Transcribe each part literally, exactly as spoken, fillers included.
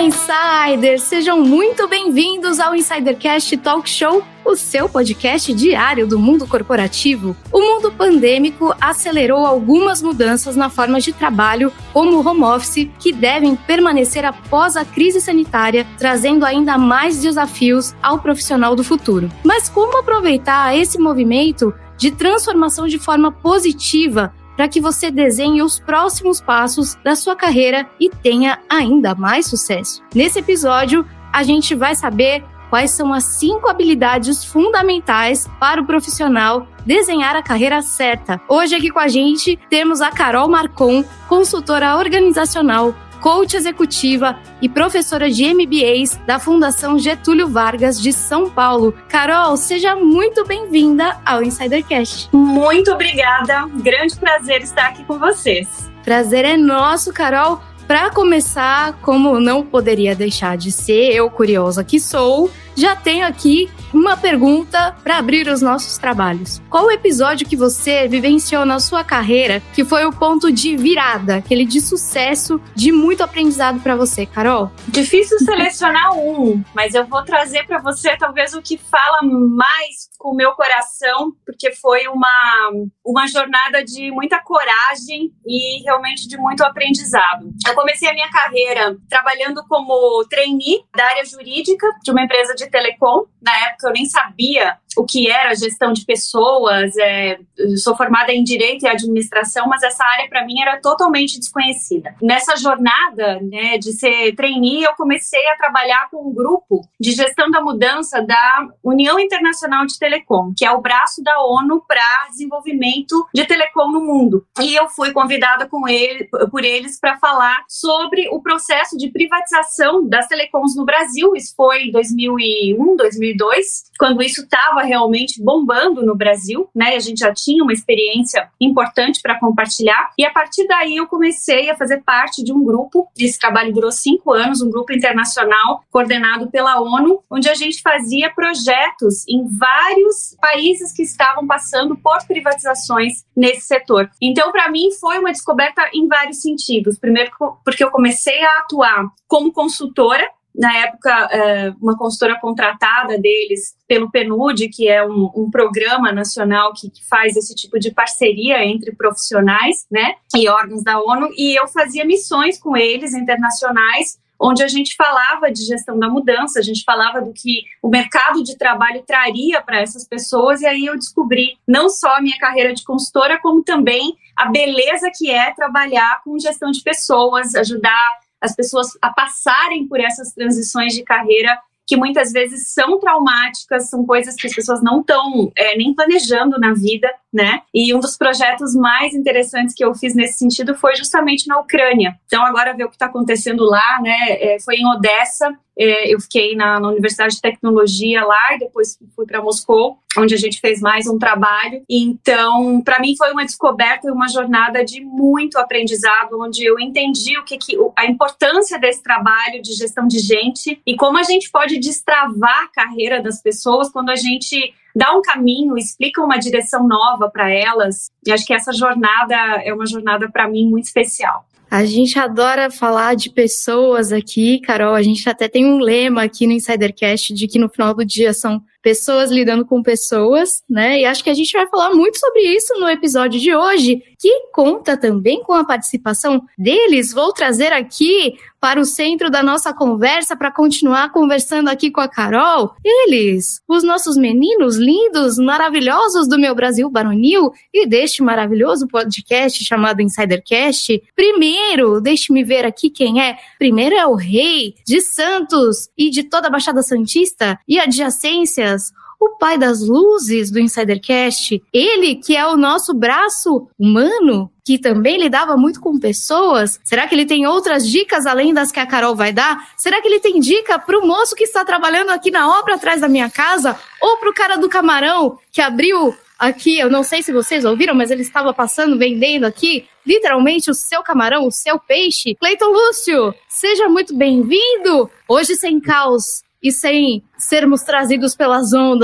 Olá, Insiders! Sejam muito bem-vindos ao InsiderCast Talk Show, o seu podcast diário do mundo corporativo. O mundo pandêmico acelerou algumas mudanças na forma de trabalho, como o home office, que devem permanecer após a crise sanitária, trazendo ainda mais desafios ao profissional do futuro. Mas como aproveitar esse movimento de transformação de forma positiva para que você desenhe os próximos passos da sua carreira e tenha ainda mais sucesso? Nesse episódio, a gente vai saber quais são as cinco habilidades fundamentais para o profissional desenhar a carreira certa. Hoje aqui com a gente temos a Carol Marcon, consultora organizacional, coach executiva e professora de M B As da Fundação Getúlio Vargas de São Paulo. Carol, seja muito bem-vinda ao InsiderCast. Muito obrigada, grande prazer estar aqui com vocês. Prazer é nosso, Carol. Para começar, como não poderia deixar de ser, eu curiosa que sou, já tenho aqui uma pergunta para abrir os nossos trabalhos. Qual o episódio que você vivenciou na sua carreira que foi o ponto de virada, aquele de sucesso, de muito aprendizado para você, Carol? Difícil selecionar um, mas eu vou trazer para você talvez o que fala mais com o meu coração, porque foi uma, uma jornada de muita coragem e realmente de muito aprendizado. Eu comecei a minha carreira trabalhando como trainee da área jurídica de uma empresa de telecom. Na época eu nem sabia o que era gestão de pessoas, é, eu sou formada em Direito e Administração, mas essa área para mim era totalmente desconhecida. Nessa jornada, né, de ser trainee, eu comecei a trabalhar com um grupo de gestão da mudança da União Internacional de Telecom, que é o braço da ONU para desenvolvimento de telecom no mundo. E eu fui convidada com ele, por eles para falar sobre o processo de privatização das telecoms no Brasil. Isso foi em dois mil e um, dois mil e dois, quando isso estava realmente bombando no Brasil, né? A gente já tinha uma experiência importante para compartilhar. E a partir daí eu comecei a fazer parte de um grupo. Esse trabalho durou cinco anos, um grupo internacional coordenado pela ONU, onde a gente fazia projetos em vários países que estavam passando por privatizações nesse setor. Então, para mim, foi uma descoberta em vários sentidos. Primeiro, porque eu comecei a atuar como consultora. Na época, uma consultora contratada deles pelo P N U D, que é um, um programa nacional que, que faz esse tipo de parceria entre profissionais, né, e órgãos da ONU, e eu fazia missões com eles internacionais, onde a gente falava de gestão da mudança, a gente falava do que o mercado de trabalho traria para essas pessoas, e aí eu descobri não só a minha carreira de consultora, como também a beleza que é trabalhar com gestão de pessoas, ajudar as pessoas a passarem por essas transições de carreira que muitas vezes são traumáticas, são coisas que as pessoas não estão é, nem planejando na vida, né? E um dos projetos mais interessantes que eu fiz nesse sentido foi justamente na Ucrânia. Então, agora ver o que está acontecendo lá, né? É, foi em Odessa. É, eu fiquei na, na Universidade de Tecnologia lá e depois fui para Moscou, onde a gente fez mais um trabalho. Então, para mim foi uma descoberta e uma jornada de muito aprendizado, onde eu entendi o que, que, a importância desse trabalho de gestão de gente e como a gente pode destravar a carreira das pessoas quando a gente dá um caminho, explica uma direção nova para elas. E acho que essa jornada é uma jornada, para mim, muito especial. A gente adora falar de pessoas aqui, Carol. A gente até tem um lema aqui no InsiderCast de que no final do dia são pessoas lidando com pessoas, né? E acho que a gente vai falar muito sobre isso no episódio de hoje, que conta também com a participação deles. Vou trazer aqui para o centro da nossa conversa para continuar conversando aqui com a Carol. Eles, os nossos meninos lindos, maravilhosos do Meu Brasil Baronil e deste maravilhoso podcast chamado InsiderCast. Primeiro, deixe-me ver aqui quem é. Primeiro é o rei de Santos e de toda a Baixada Santista e adjacências, o pai das luzes do InsiderCast, ele que é o nosso braço humano, que também lidava muito com pessoas. Será que ele tem outras dicas além das que a Carol vai dar? Será que ele tem dica pro moço que está trabalhando aqui na obra atrás da minha casa? Ou pro cara do camarão que abriu aqui, eu não sei se vocês ouviram, mas ele estava passando, vendendo aqui, literalmente, o seu camarão, o seu peixe? Cleiton Lúcio, seja muito bem-vindo! Hoje sem caos e sem sermos trazidos pelas ondas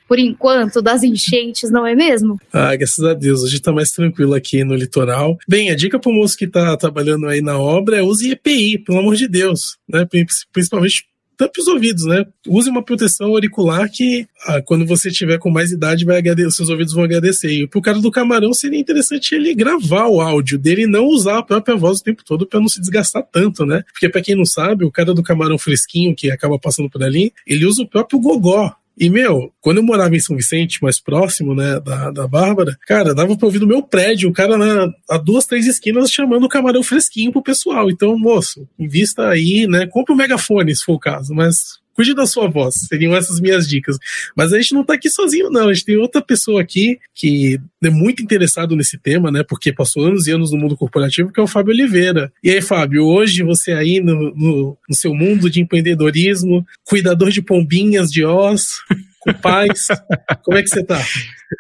por enquanto, das enchentes, não é mesmo? Ah, graças a Deus, a gente tá mais tranquilo aqui no litoral. Bem, a dica pro moço que tá trabalhando aí na obra é use E P I, pelo amor de Deus, né? Principalmente tampe os ouvidos, né? Use uma proteção auricular que, ah, quando você tiver com mais idade, vai agradecer, seus ouvidos vão agradecer. E pro cara do camarão seria interessante ele gravar o áudio dele e não usar a própria voz o tempo todo para não se desgastar tanto, né? Porque pra quem não sabe, o cara do camarão fresquinho que acaba passando por ali, ele usa o próprio gogó. E, meu, quando eu morava em São Vicente, mais próximo, né, da, da Bárbara, cara, dava pra ouvir no meu prédio, o cara na, a duas, três esquinas chamando o camarão fresquinho pro pessoal. Então, moço, invista aí, né, compre um megafone, se for o caso, mas cuide da sua voz, seriam essas minhas dicas. Mas a gente não tá aqui sozinho, não, a gente tem outra pessoa aqui que é muito interessado nesse tema, né, porque passou anos e anos no mundo corporativo, que é o Fábio Oliveira. E aí, Fábio, hoje você aí no, no, no seu mundo de empreendedorismo, cuidador de pombinhas de Oz, com paz, como é que você tá?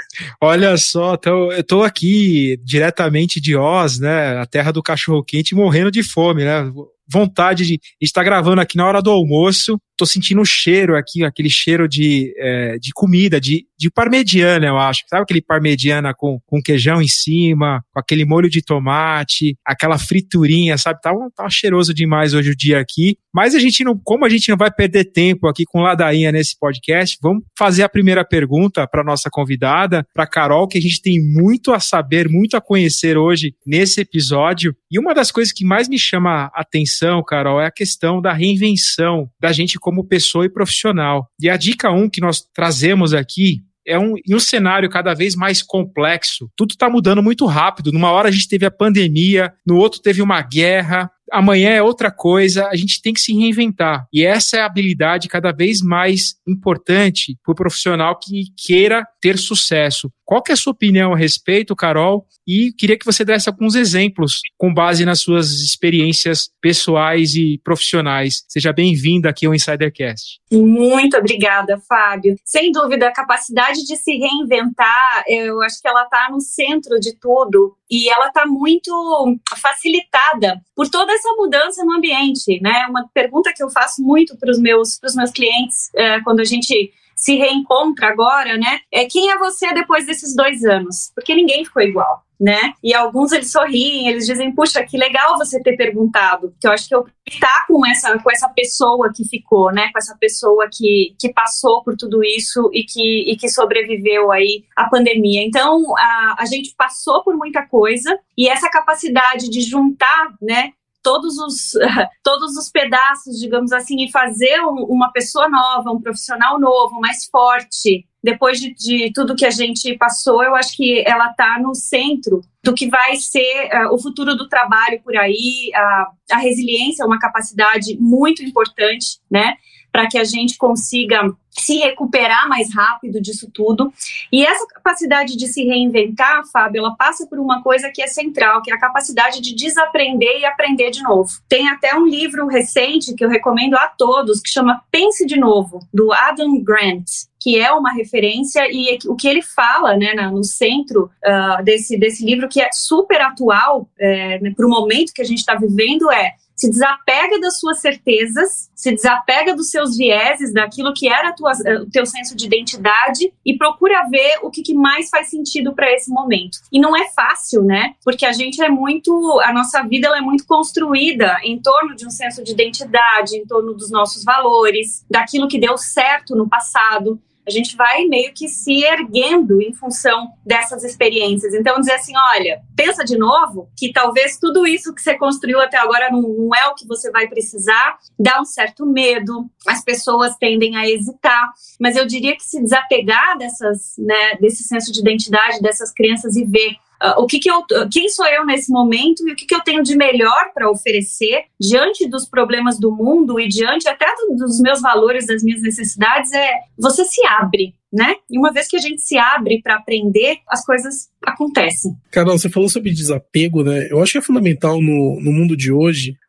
Olha só, tô, eu tô aqui diretamente de Oz, né, a terra do cachorro-quente, morrendo de fome, né, vontade de estar gravando aqui na hora do almoço, tô sentindo o cheiro aqui, aquele cheiro de, é, de comida, de, de parmegiana, eu acho, sabe aquele parmegiana com, com queijão em cima, com aquele molho de tomate, aquela friturinha, sabe, tá, tá cheiroso demais hoje o dia aqui, mas a gente não, como a gente não vai perder tempo aqui com ladainha nesse podcast, vamos fazer a primeira pergunta para nossa convidada, para Carol, que a gente tem muito a saber, muito a conhecer hoje nesse episódio, e uma das coisas que mais me chama a atenção, Carol, é a questão da reinvenção da gente como pessoa e profissional. E a dica um que nós trazemos aqui é um, em um cenário cada vez mais complexo. Tudo está mudando muito rápido. Numa hora a gente teve a pandemia, no outro teve uma guerra, amanhã é outra coisa, a gente tem que se reinventar. E essa é a habilidade cada vez mais importante para o profissional que queira ter sucesso. Qual que é a sua opinião a respeito, Carol? E queria que você desse alguns exemplos com base nas suas experiências pessoais e profissionais. Seja bem-vinda aqui ao InsiderCast. Muito obrigada, Fábio. Sem dúvida, a capacidade de se reinventar, eu acho que ela está no centro de tudo e ela está muito facilitada por toda essa mudança no ambiente, né? Uma pergunta que eu faço muito para os meus, pros meus clientes é, quando a gente se reencontra agora, né? É quem é você depois desses dois anos? Porque ninguém ficou igual, né? E alguns eles sorriem, eles dizem, puxa, que legal você ter perguntado, porque eu acho que eu estar com essa, com essa pessoa que ficou, né? Com essa pessoa que, que passou por tudo isso e que, e que sobreviveu aí à pandemia. Então, a, a gente passou por muita coisa e essa capacidade de juntar, né? Todos os, todos os pedaços, digamos assim, e fazer um, uma pessoa nova, um profissional novo, mais forte, depois de, de tudo que a gente passou, eu acho que ela está no centro do que vai ser uh, o futuro do trabalho por aí. Uh, a resiliência é uma capacidade muito importante, né, para que a gente consiga se recuperar mais rápido disso tudo. E essa capacidade de se reinventar, Fábio, ela passa por uma coisa que é central, que é a capacidade de desaprender e aprender de novo. Tem até um livro recente que eu recomendo a todos, que chama Pense de Novo, do Adam Grant, que é uma referência, e o que ele fala, né, no centro uh, desse, desse livro, que é super atual é, né, para o momento que a gente está vivendo, é: se desapega das suas certezas, se desapega dos seus vieses, daquilo que era a tua, o teu senso de identidade e procura ver o que, que mais faz sentido para esse momento. E não é fácil, né? Porque a gente é muito, a nossa vida ela é muito construída em torno de um senso de identidade, em torno dos nossos valores, daquilo que deu certo no passado. A gente vai meio que se erguendo em função dessas experiências. Então, dizer assim, olha, pensa de novo que talvez tudo isso que você construiu até agora não, não é o que você vai precisar, dá um certo medo, as pessoas tendem a hesitar, mas eu diria que se desapegar dessas, né, desse senso de identidade, dessas crenças e ver Uh, o que que eu, quem sou eu nesse momento e o que, que eu tenho de melhor para oferecer diante dos problemas do mundo e diante até dos meus valores, das minhas necessidades, é você se abre, né? E uma vez que a gente se abre para aprender, as coisas acontecem. Carol, você falou sobre desapego, né? Eu acho que é fundamental no, no mundo de hoje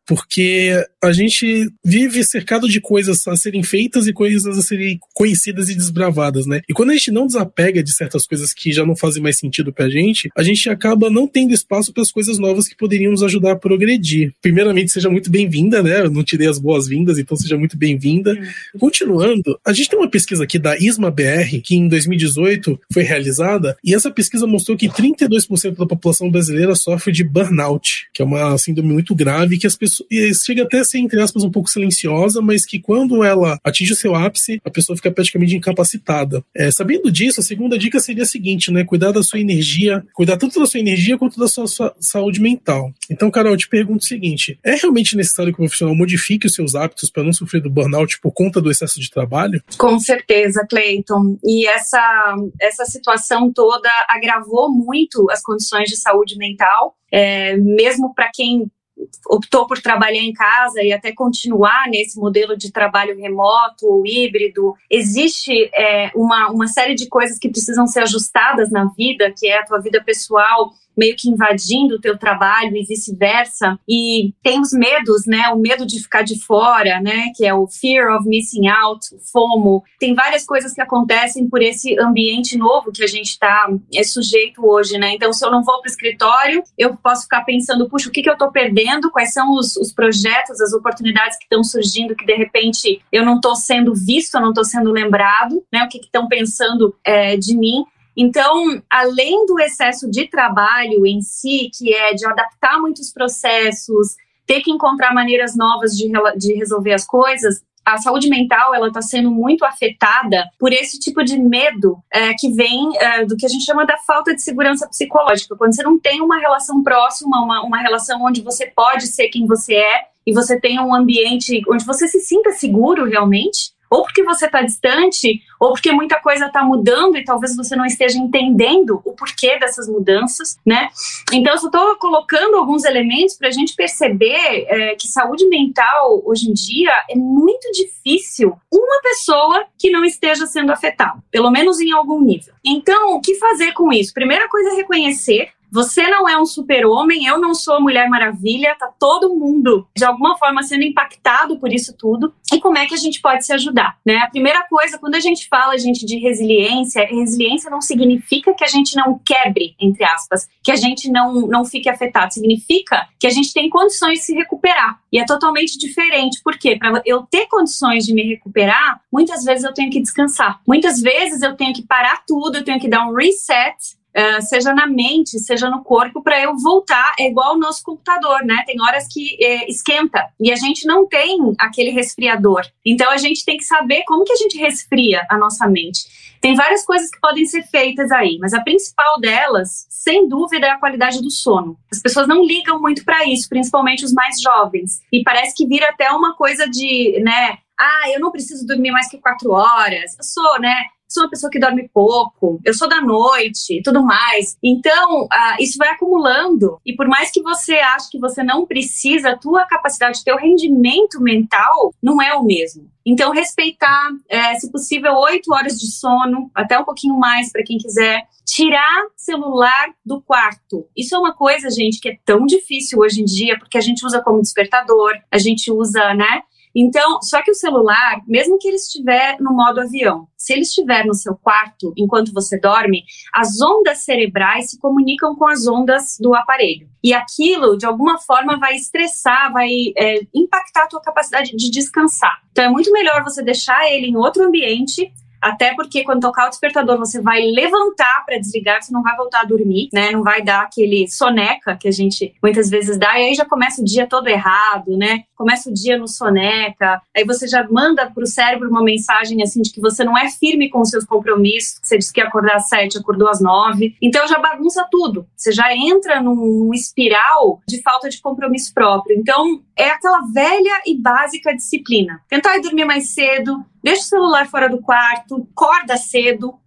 porque a gente vive cercado de coisas a serem feitas e coisas a serem conhecidas e desbravadas, né? E quando a gente não desapega de certas coisas que já não fazem mais sentido pra gente, a gente acaba não tendo espaço para as coisas novas que poderiam nos ajudar a progredir. Primeiramente, seja muito bem-vinda, né? Eu não te dei as boas-vindas, então seja muito bem-vinda. Uhum. Continuando, a gente tem uma pesquisa aqui da ISMA B R, que em dois mil e dezoito foi realizada, e essa pesquisa mostrou que trinta e dois por cento da população brasileira sofre de burnout, que é uma síndrome muito grave, que as pessoas chega até a ser, entre aspas, um pouco silenciosa, mas que quando ela atinge o seu ápice, a pessoa fica praticamente incapacitada. É, sabendo disso, a segunda dica seria a seguinte, né? Cuidar da sua energia, cuidar tanto da sua energia quanto da sua, sua saúde mental. Então, Carol, eu te pergunto o seguinte, é realmente necessário que o profissional modifique os seus hábitos para não sofrer do burnout por conta do excesso de trabalho? Com certeza, Cleiton. E essa, essa situação toda agravou muito as condições de saúde mental, é, mesmo para quem optou por trabalhar em casa e até continuar nesse modelo de trabalho remoto ou híbrido. Existe é, uma, uma série de coisas que precisam ser ajustadas na vida, que é a tua vida pessoal meio que invadindo o teu trabalho e vice-versa, e tem os medos, né, o medo de ficar de fora, né, que é o fear of missing out, o FOMO, tem várias coisas que acontecem por esse ambiente novo que a gente está é, sujeito hoje, né, então se eu não vou para o escritório, eu posso ficar pensando, puxa, o que, que eu estou perdendo, quais são os, os projetos, as oportunidades que estão surgindo, que de repente eu não estou sendo visto, eu não estou sendo lembrado, né, o que estão pensando é, de mim. Então, além do excesso de trabalho em si, que é de adaptar muitos processos, ter que encontrar maneiras novas de, de resolver as coisas, a saúde mental ela está sendo muito afetada por esse tipo de medo é, que vem é, do que a gente chama da falta de segurança psicológica. Quando você não tem uma relação próxima, uma, uma relação onde você pode ser quem você é e você tem um ambiente onde você se sinta seguro realmente, ou porque você está distante, ou porque muita coisa está mudando e talvez você não esteja entendendo o porquê dessas mudanças, né? Então, eu só estou colocando alguns elementos para a gente perceber é, que saúde mental, hoje em dia, é muito difícil uma pessoa que não esteja sendo afetada, pelo menos em algum nível. Então, o que fazer com isso? Primeira coisa é reconhecer. Você não é um super-homem, eu não sou a Mulher Maravilha, tá todo mundo, de alguma forma, sendo impactado por isso tudo. E como é que a gente pode se ajudar, né? A primeira coisa, quando a gente fala, gente, de resiliência, resiliência não significa que a gente não quebre, entre aspas, que a gente não, não fique afetado. Significa que a gente tem condições de se recuperar. E é totalmente diferente. Por quê? Para eu ter condições de me recuperar, muitas vezes eu tenho que descansar. Muitas vezes eu tenho que parar tudo, eu tenho que dar um reset, Uh, seja na mente, seja no corpo, para eu voltar. É igual o nosso computador, né? Tem horas que é, esquenta e a gente não tem aquele resfriador. Então a gente tem que saber como que a gente resfria a nossa mente. Tem várias coisas que podem ser feitas aí, mas a principal delas, sem dúvida, é a qualidade do sono. As pessoas não ligam muito para isso, principalmente os mais jovens. E parece que vira até uma coisa de, né? Ah, eu não preciso dormir mais que quatro horas. Eu sou, né? Sou uma pessoa que dorme pouco, eu sou da noite e tudo mais. Então, uh, isso vai acumulando. E por mais que você ache que você não precisa, a tua capacidade, o teu rendimento mental não é o mesmo. Então, respeitar, é, se possível, oito horas de sono, até um pouquinho mais para quem quiser. Tirar celular do quarto. Isso é uma coisa, gente, que é tão difícil hoje em dia, porque a gente usa como despertador, a gente usa, né? Então, só que o celular, mesmo que ele estiver no modo avião, se ele estiver no seu quarto enquanto você dorme, as ondas cerebrais se comunicam com as ondas do aparelho. E aquilo, de alguma forma, vai estressar, vai é, impactar a tua capacidade de descansar. Então, é muito melhor você deixar ele em outro ambiente, até porque quando tocar o despertador você vai levantar para desligar, você não vai voltar a dormir, né? Não vai dar aquele soneca que a gente muitas vezes dá, e aí já começa o dia todo errado, né? Começa o dia no soneca, aí você já manda pro cérebro uma mensagem assim de que você não é firme com os seus compromissos, que você disse que ia acordar às sete, acordou às nove, então já bagunça tudo, você já entra num, num espiral de falta de compromisso próprio. Então é aquela velha e básica disciplina, tentar ir dormir mais cedo, deixa o celular fora do quarto, acorda cedo,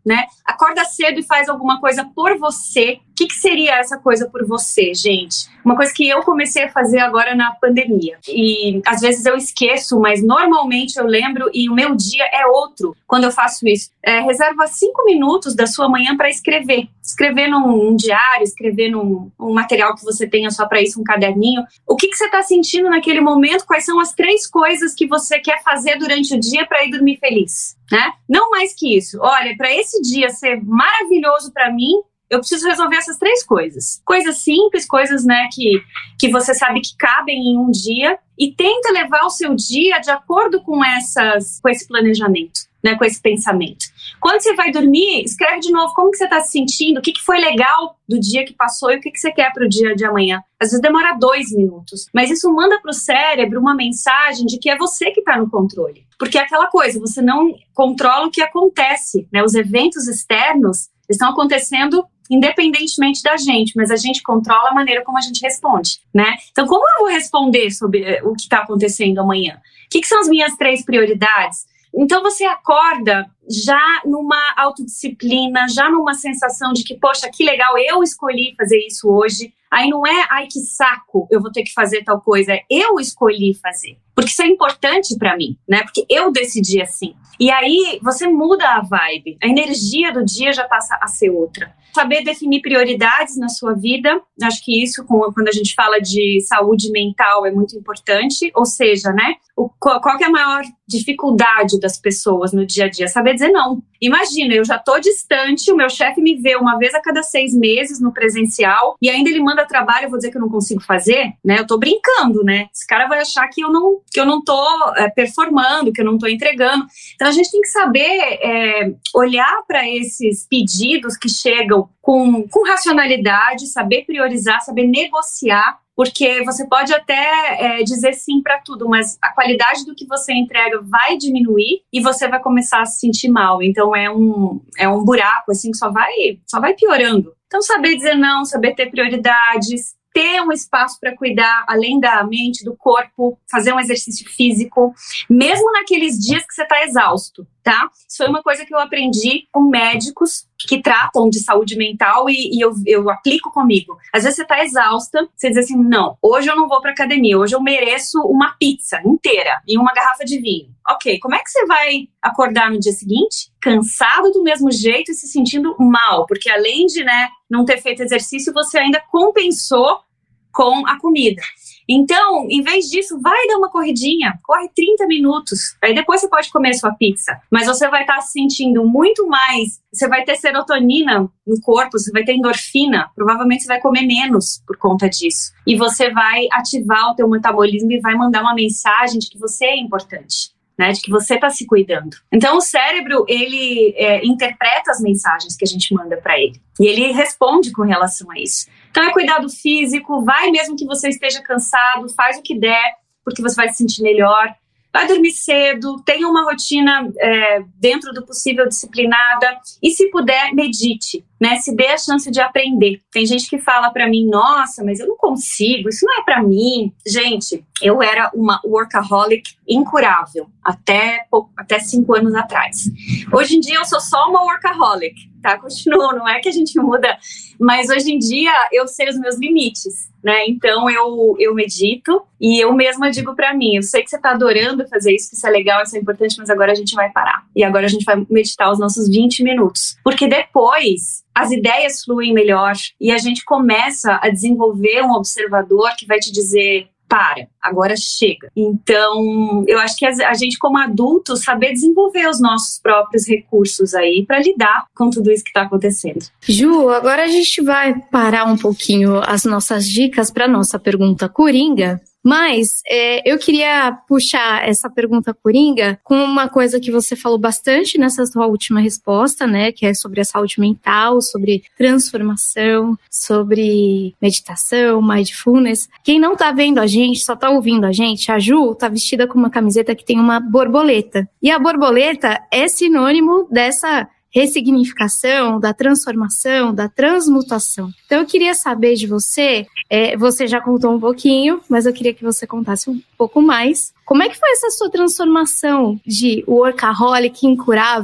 né? Acorda cedo e faz alguma coisa por você. O que, que seria essa coisa por você, gente? Uma coisa que eu comecei a fazer agora na pandemia. E às vezes eu esqueço, mas normalmente eu lembro e o meu dia é outro quando eu faço isso. É, reserva cinco minutos da sua manhã para escrever. Escrever num, num diário, escrever num um material que você tenha só para isso, um caderninho. O que, que você está sentindo naquele momento? Quais são as três coisas que você quer fazer durante o dia para ir dormir feliz? Né? Não mais que isso. Olha, para esse dia ser maravilhoso para mim, eu preciso resolver essas três coisas. Coisas simples, coisas, né, que, que você sabe que cabem em um dia, e tenta levar o seu dia de acordo com, essas, com esse planejamento, né, com esse pensamento. Quando você vai dormir, escreve de novo como que você está se sentindo, o que, que foi legal do dia que passou e o que, que você quer para o dia de amanhã. Às vezes demora dois minutos, mas isso manda para o cérebro uma mensagem de que é você que está no controle. Porque é aquela coisa, você não controla o que acontece, né? Os eventos externos estão acontecendo independentemente da gente, mas a gente controla a maneira como a gente responde, né? Então, como eu vou responder sobre o que está acontecendo amanhã? O que, que são as minhas três prioridades? Então, você acorda já numa autodisciplina, já numa sensação de que, poxa, que legal, eu escolhi fazer isso hoje. Aí não é, ai, que saco, eu vou ter que fazer tal coisa. É, eu escolhi fazer. Porque isso é importante pra mim, né? Porque eu decidi assim. E aí, você muda a vibe. A energia do dia já passa a ser outra. Saber definir prioridades na sua vida. Acho que isso, quando a gente fala de saúde mental, é muito importante. Ou seja, né? O, qual que é a maior dificuldade das pessoas no dia a dia? Saber dizer não. Imagina, eu já tô distante, o meu chefe me vê uma vez a cada seis meses no presencial e ainda ele manda trabalho, eu vou dizer que eu não consigo fazer, né? Eu tô brincando, né? Esse cara vai achar que eu não, que eu não tô é, performando, que eu não tô entregando. Então a gente tem que saber é, olhar para esses pedidos que chegam com, com racionalidade, saber priorizar, saber negociar. Porque você pode até é, dizer sim para tudo, mas a qualidade do que você entrega vai diminuir e você vai começar a se sentir mal. Então é um, é um buraco assim que só vai, só vai piorando. Então saber dizer não, saber ter prioridades, ter um espaço para cuidar além da mente, do corpo, fazer um exercício físico, mesmo naqueles dias que você está exausto, tá? Isso foi uma coisa que eu aprendi com médicos que tratam de saúde mental e, e eu, eu aplico comigo. Às vezes você está exausta, você diz assim, não, hoje eu não vou para academia, hoje eu mereço uma pizza inteira e uma garrafa de vinho. Ok, como é que você vai acordar no dia seguinte? Cansado do mesmo jeito e se sentindo mal, porque além de, né, não ter feito exercício, você ainda compensou com a comida. Então, em vez disso, vai dar uma corridinha, corre trinta minutos, aí depois você pode comer sua pizza, mas você vai estar se sentindo muito mais, você vai ter serotonina no corpo, você vai ter endorfina, provavelmente você vai comer menos por conta disso, e você vai ativar o teu metabolismo e vai mandar uma mensagem de que você é importante. Né, de que você está se cuidando. Então o cérebro, ele é, interpreta as mensagens que a gente manda para ele e ele responde com relação a isso. Então é cuidado físico, vai mesmo que você esteja cansado, faz o que der, porque você vai se sentir melhor. Vai dormir cedo, tenha uma rotina é, dentro do possível disciplinada e, se puder, medite, né? Se dê a chance de aprender. Tem gente que fala pra mim, nossa, mas eu não consigo, isso não é pra mim. Gente, eu era uma workaholic incurável até, até cinco anos atrás. Hoje em dia eu sou só uma workaholic, tá? Continuo, não é que a gente muda, mas hoje em dia eu sei os meus limites. Né? Então eu, eu medito e eu mesma digo pra mim, eu sei que você tá adorando fazer isso, que isso é legal, isso é importante, mas agora a gente vai parar. E agora a gente vai meditar os nossos vinte minutos. Porque depois as ideias fluem melhor e a gente começa a desenvolver um observador que vai te dizer, para, agora chega. Então, eu acho que a gente como adulto saber desenvolver os nossos próprios recursos aí para lidar com tudo isso que está acontecendo. Ju, agora a gente vai parar um pouquinho as nossas dicas para nossa pergunta coringa. Mas é, eu queria puxar essa pergunta coringa com uma coisa que você falou bastante nessa sua última resposta, né? Que é sobre a saúde mental, sobre transformação, sobre meditação, mindfulness. Quem não tá vendo a gente, só tá ouvindo a gente, a Ju tá vestida com uma camiseta que tem uma borboleta. E a borboleta é sinônimo dessa ressignificação, da transformação, da transmutação. Então eu queria saber de você, é, você já contou um pouquinho, mas eu queria que você contasse um pouco mais. Como é que foi essa sua transformação de workaholic incurável?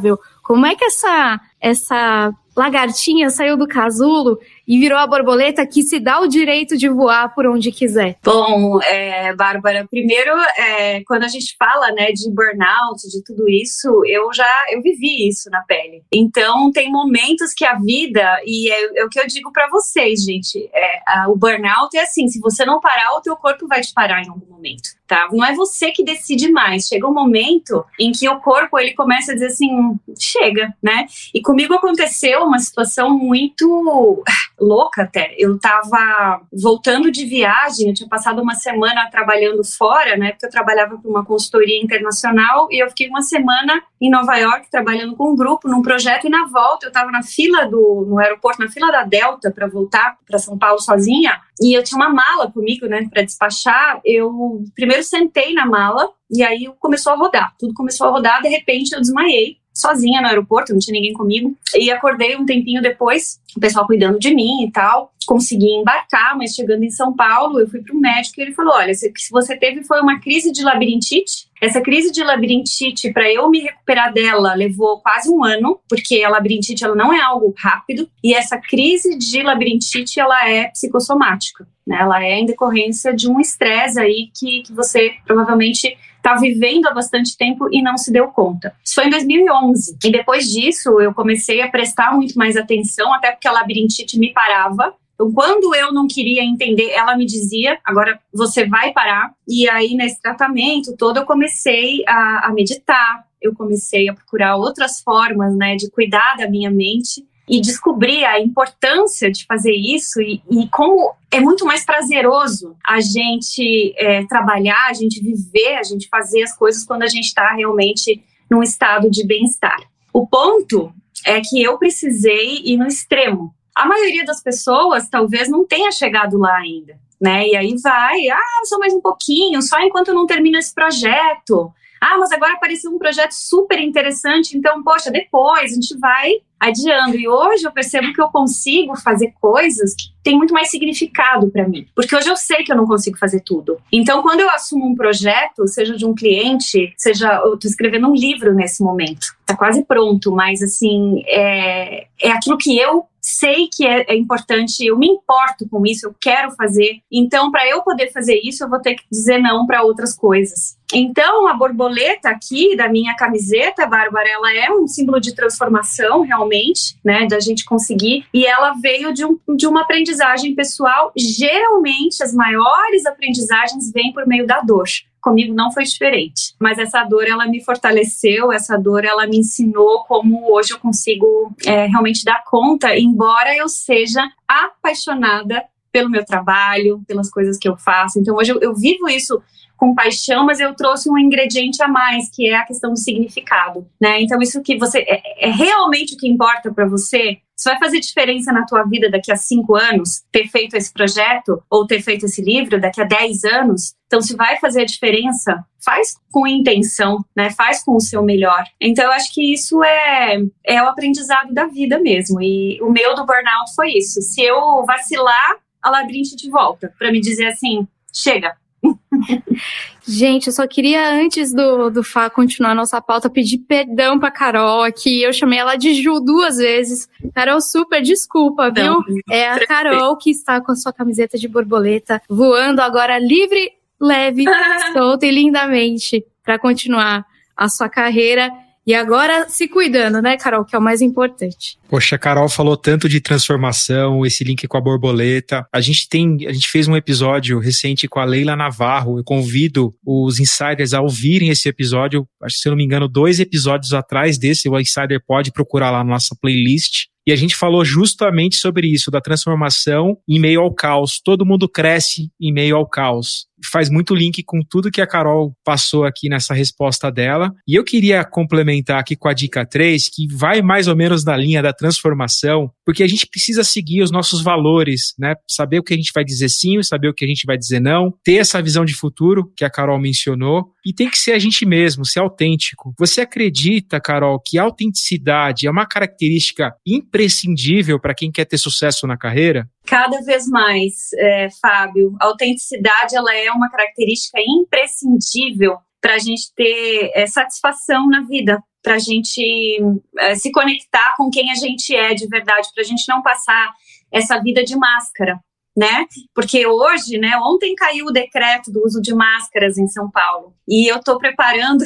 Como é que essa, essa lagartinha saiu do casulo e virou a borboleta que se dá o direito de voar por onde quiser? Bom, é, Bárbara, primeiro, é, quando a gente fala, né, de burnout, de tudo isso, eu já eu vivi isso na pele. Então, tem momentos que a vida, e é, é o que eu digo pra vocês, gente, é, a, o burnout é assim, se você não parar, o teu corpo vai te parar em algum momento, tá? Não é você que decide mais. Chega um momento em que o corpo, ele começa a dizer assim, chega, né? E comigo aconteceu uma situação muito louca até. Eu tava voltando de viagem, eu tinha passado uma semana trabalhando fora, né? Porque eu trabalhava para uma consultoria internacional e eu fiquei uma semana em Nova York trabalhando com um grupo num projeto e na volta eu tava na fila do, no aeroporto, na fila da Delta para voltar para São Paulo sozinha e eu tinha uma mala comigo, né? Para despachar. Eu primeiro sentei na mala e aí começou a rodar. Tudo começou a rodar, de repente eu desmaiei sozinha no aeroporto, não tinha ninguém comigo, e acordei um tempinho depois, o pessoal cuidando de mim e tal, consegui embarcar, mas chegando em São Paulo, eu fui para o médico e ele falou, olha, se você teve foi uma crise de labirintite, essa crise de labirintite, para eu me recuperar dela, levou quase um ano, porque a labirintite ela não é algo rápido, e essa crise de labirintite, ela é psicossomática, né? Ela é em decorrência de um estresse aí que, que você provavelmente está vivendo há bastante tempo e não se deu conta. Isso foi em dois mil e onze. E depois disso, eu comecei a prestar muito mais atenção, até porque a labirintite me parava. Então, quando eu não queria entender, ela me dizia, agora você vai parar. E aí, nesse tratamento todo, eu comecei a, a meditar, eu comecei a procurar outras formas, né, de cuidar da minha mente e descobrir a importância de fazer isso e, e como é muito mais prazeroso a gente é, trabalhar, a gente viver, a gente fazer as coisas quando a gente está realmente num estado de bem-estar. O ponto é que eu precisei ir no extremo. A maioria das pessoas talvez não tenha chegado lá ainda, né? E aí vai, ah, só mais um pouquinho, só enquanto eu não termino esse projeto. Ah, mas agora apareceu um projeto super interessante, então, poxa, depois a gente vai adiando. E hoje eu percebo que eu consigo fazer coisas que têm muito mais significado para mim. Porque hoje eu sei que eu não consigo fazer tudo. Então, quando eu assumo um projeto, seja de um cliente, seja... Eu tô escrevendo um livro nesse momento. Tá quase pronto, mas, assim, é, é aquilo que eu sei que é, é importante, eu me importo com isso, eu quero fazer. Então, para eu poder fazer isso, eu vou ter que dizer não para outras coisas. Então, a borboleta aqui da minha camiseta, Bárbara, ela é um símbolo de transformação, realmente, né, da gente conseguir. E ela veio de, um, de uma aprendizagem pessoal. Geralmente, as maiores aprendizagens vêm por meio da dor. Comigo não foi diferente, mas essa dor ela me fortaleceu, essa dor ela me ensinou como hoje eu consigo é, realmente dar conta, embora eu seja apaixonada pelo meu trabalho, pelas coisas que eu faço. Então hoje eu, eu vivo isso com paixão, mas eu trouxe um ingrediente a mais, que é a questão do significado, né? Então isso que você é, é realmente o que importa para você. Isso vai fazer diferença na tua vida daqui a cinco anos, ter feito esse projeto ou ter feito esse livro daqui a dez anos. Então, se vai fazer a diferença, faz com intenção, né? Faz com o seu melhor. Então, eu acho que isso é, é o aprendizado da vida mesmo. E o meu do burnout foi isso. Se eu vacilar, a labirintite volta para me dizer assim, chega. Gente, eu só queria, antes do, do Fá continuar a nossa pauta, pedir perdão pra Carol aqui. Eu chamei ela de Ju duas vezes. Carol, super desculpa, viu? Não, é a Carol que está com a sua camiseta de borboleta, voando agora livre, leve, solta e lindamente pra continuar a sua carreira. E agora se cuidando, né, Carol, que é o mais importante. Poxa, a Carol falou tanto de transformação, esse link com a borboleta. A gente tem, a gente fez um episódio recente com a Leila Navarro. Eu convido os insiders a ouvirem esse episódio. Acho que, se eu não me engano, dois episódios atrás desse, o Insider pode procurar lá na nossa playlist. E a gente falou justamente sobre isso, da transformação em meio ao caos. Todo mundo cresce em meio ao caos. Faz muito link com tudo que a Carol passou aqui nessa resposta dela. E eu queria complementar aqui com a dica três, que vai mais ou menos na linha da transformação, porque a gente precisa seguir os nossos valores, né? Saber o que a gente vai dizer sim, saber o que a gente vai dizer não, ter essa visão de futuro que a Carol mencionou, e tem que ser a gente mesmo, ser autêntico. Você acredita, Carol, que a autenticidade é uma característica imprescindível para quem quer ter sucesso na carreira? Cada vez mais, é, Fábio. A autenticidade ela é uma característica imprescindível para a gente ter é, satisfação na vida, para a gente é, se conectar com quem a gente é de verdade, para a gente não passar essa vida de máscara, né? Porque hoje, né, ontem caiu o decreto do uso de máscaras em São Paulo, e eu estou preparando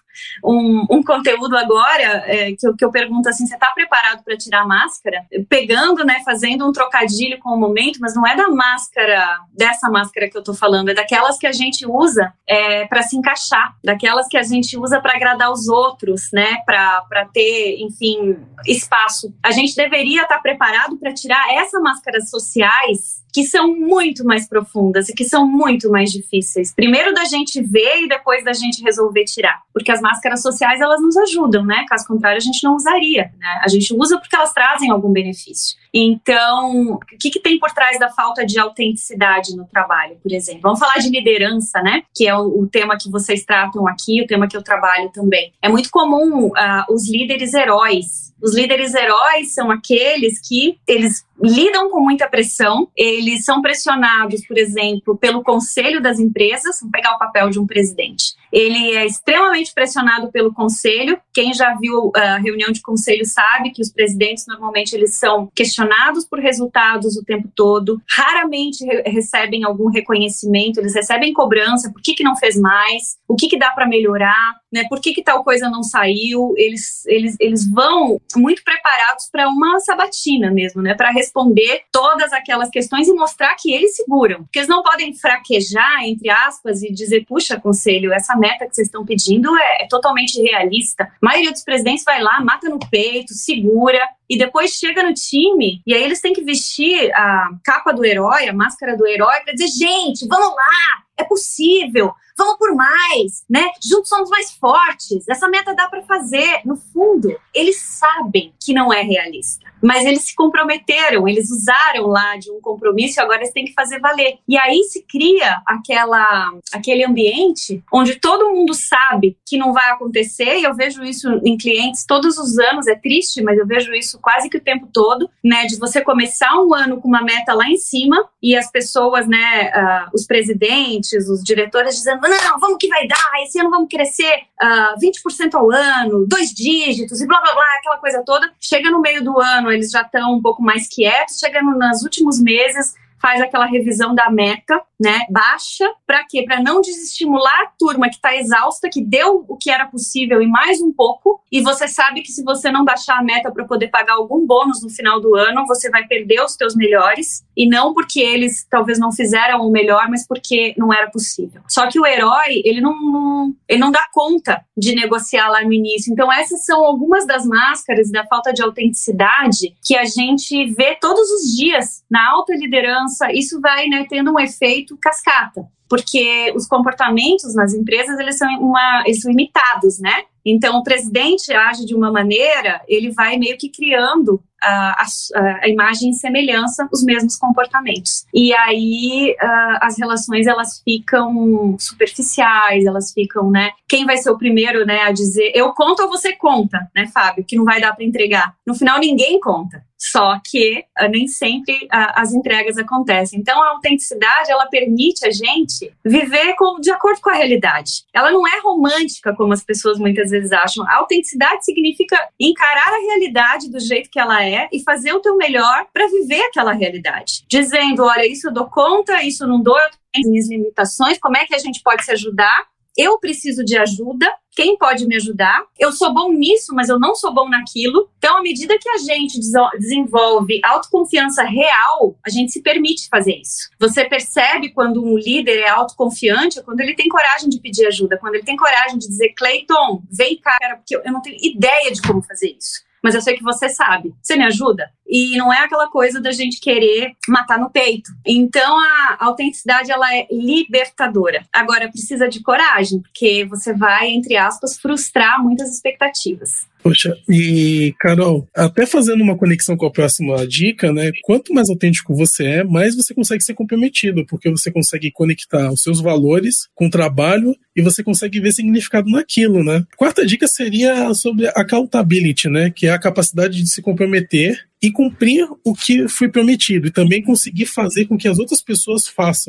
um, um conteúdo agora é, que, eu, que eu pergunto assim, você está preparado para tirar a máscara? Pegando, né, fazendo um trocadilho com o momento, mas não é da máscara, dessa máscara que eu estou falando, é daquelas que a gente usa é, para se encaixar, daquelas que a gente usa para agradar os outros, né, para ter, enfim, espaço. A gente deveria estar preparado para tirar essas máscaras sociais que são muito mais profundas e que são muito mais difíceis. Primeiro da gente ver e depois da gente resolver tirar. Porque as máscaras sociais, elas nos ajudam, né? Caso contrário, a gente não usaria, né? A gente usa porque elas trazem algum benefício. Então, o que, que tem por trás da falta de autenticidade no trabalho, por exemplo? Vamos falar de liderança, né? Que é o, o tema que vocês tratam aqui, o tema que eu trabalho também. É muito comum uh, os líderes heróis. Os líderes heróis são aqueles que eles lidam com muita pressão, eles são pressionados, por exemplo, pelo conselho das empresas, vamos pegar o papel de um presidente. Ele é extremamente pressionado pelo conselho. Quem já viu a reunião de conselho sabe que os presidentes normalmente eles são questionados por resultados o tempo todo, raramente re- recebem algum reconhecimento, eles recebem cobrança, por que que não fez mais, o que que dá para melhorar, né? Por que que tal coisa não saiu, eles, eles, eles vão muito preparados para uma sabatina mesmo, né? Para responder todas aquelas questões e mostrar que eles seguram, porque eles não podem fraquejar, entre aspas, e dizer, puxa, conselho, essa meta que vocês estão pedindo é, é totalmente realista. A maioria dos presidentes vai lá, mata no peito, segura, e depois chega no time, e aí eles têm que vestir a capa do herói, a máscara do herói, para dizer, gente, vamos lá, é possível, vamos por mais, né? Juntos somos mais fortes, essa meta dá para fazer. No fundo, eles sabem que não é realista, mas eles se comprometeram, eles usaram lá de um compromisso e agora eles têm que fazer valer. E aí se cria aquela, aquele ambiente onde todo mundo sabe que não vai acontecer, e eu vejo isso em clientes todos os anos, é triste, mas eu vejo isso quase que o tempo todo, né? De você começar um ano com uma meta lá em cima e as pessoas, né, uh, os presidentes, os diretores dizendo, não, vamos que vai dar, esse ano vamos crescer uh, vinte por cento ao ano, dois dígitos e blá, blá, blá, aquela coisa toda. Chega no meio do ano, eles já estão um pouco mais quietos, chegando nos últimos meses, faz aquela revisão da meta, né, baixa, para quê? Para não desestimular a turma que está exausta, que deu o que era possível e mais um pouco, e você sabe que se você não baixar a meta para poder pagar algum bônus no final do ano, você vai perder os teus melhores, e não porque eles talvez não fizeram o melhor, mas porque não era possível. Só que o herói, ele não, não, ele não dá conta de negociar lá no início. Então essas são algumas das máscaras da falta de autenticidade que a gente vê todos os dias na alta liderança. Isso vai, né, tendo um efeito cascata, porque os comportamentos nas empresas, eles são, uma, eles são imitados, né? Então, o presidente age de uma maneira, ele vai meio que criando a, a, a imagem e semelhança, os mesmos comportamentos. E aí, uh, as relações, elas ficam superficiais, elas ficam, né? Quem vai ser o primeiro, né, a dizer, eu conto ou você conta, né, Fábio? Que não vai dar para entregar. No final, ninguém conta. Só que uh, nem sempre uh, as entregas acontecem. Então, a autenticidade, ela permite a gente viver com, de acordo com a realidade. Ela não é romântica, como as pessoas muitas vezes acham. A autenticidade significa encarar a realidade do jeito que ela é e fazer o teu melhor para viver aquela realidade. Dizendo, olha, isso eu dou conta, isso eu não dou, eu tenho minhas limitações, como é que a gente pode se ajudar? Eu preciso de ajuda, quem pode me ajudar? Eu sou bom nisso, mas eu não sou bom naquilo. Então, à medida que a gente desenvolve autoconfiança real, a gente se permite fazer isso. Você percebe quando um líder é autoconfiante, quando ele tem coragem de pedir ajuda, quando ele tem coragem de dizer, Cleiton, vem cá, porque eu não tenho ideia de como fazer isso. Mas eu sei que você sabe. Você me ajuda? E não é aquela coisa da gente querer matar no peito. Então, a autenticidade, ela é libertadora. Agora, precisa de coragem, porque você vai, entre aspas, frustrar muitas expectativas. Poxa, e Carol, até fazendo uma conexão com a próxima dica, né? Quanto mais autêntico você é, mais você consegue ser comprometido, porque você consegue conectar os seus valores com o trabalho e você consegue ver significado naquilo, né? Quarta dica seria sobre accountability, né? Que é a capacidade de se comprometer e cumprir o que foi prometido e também conseguir fazer com que as outras pessoas façam, né?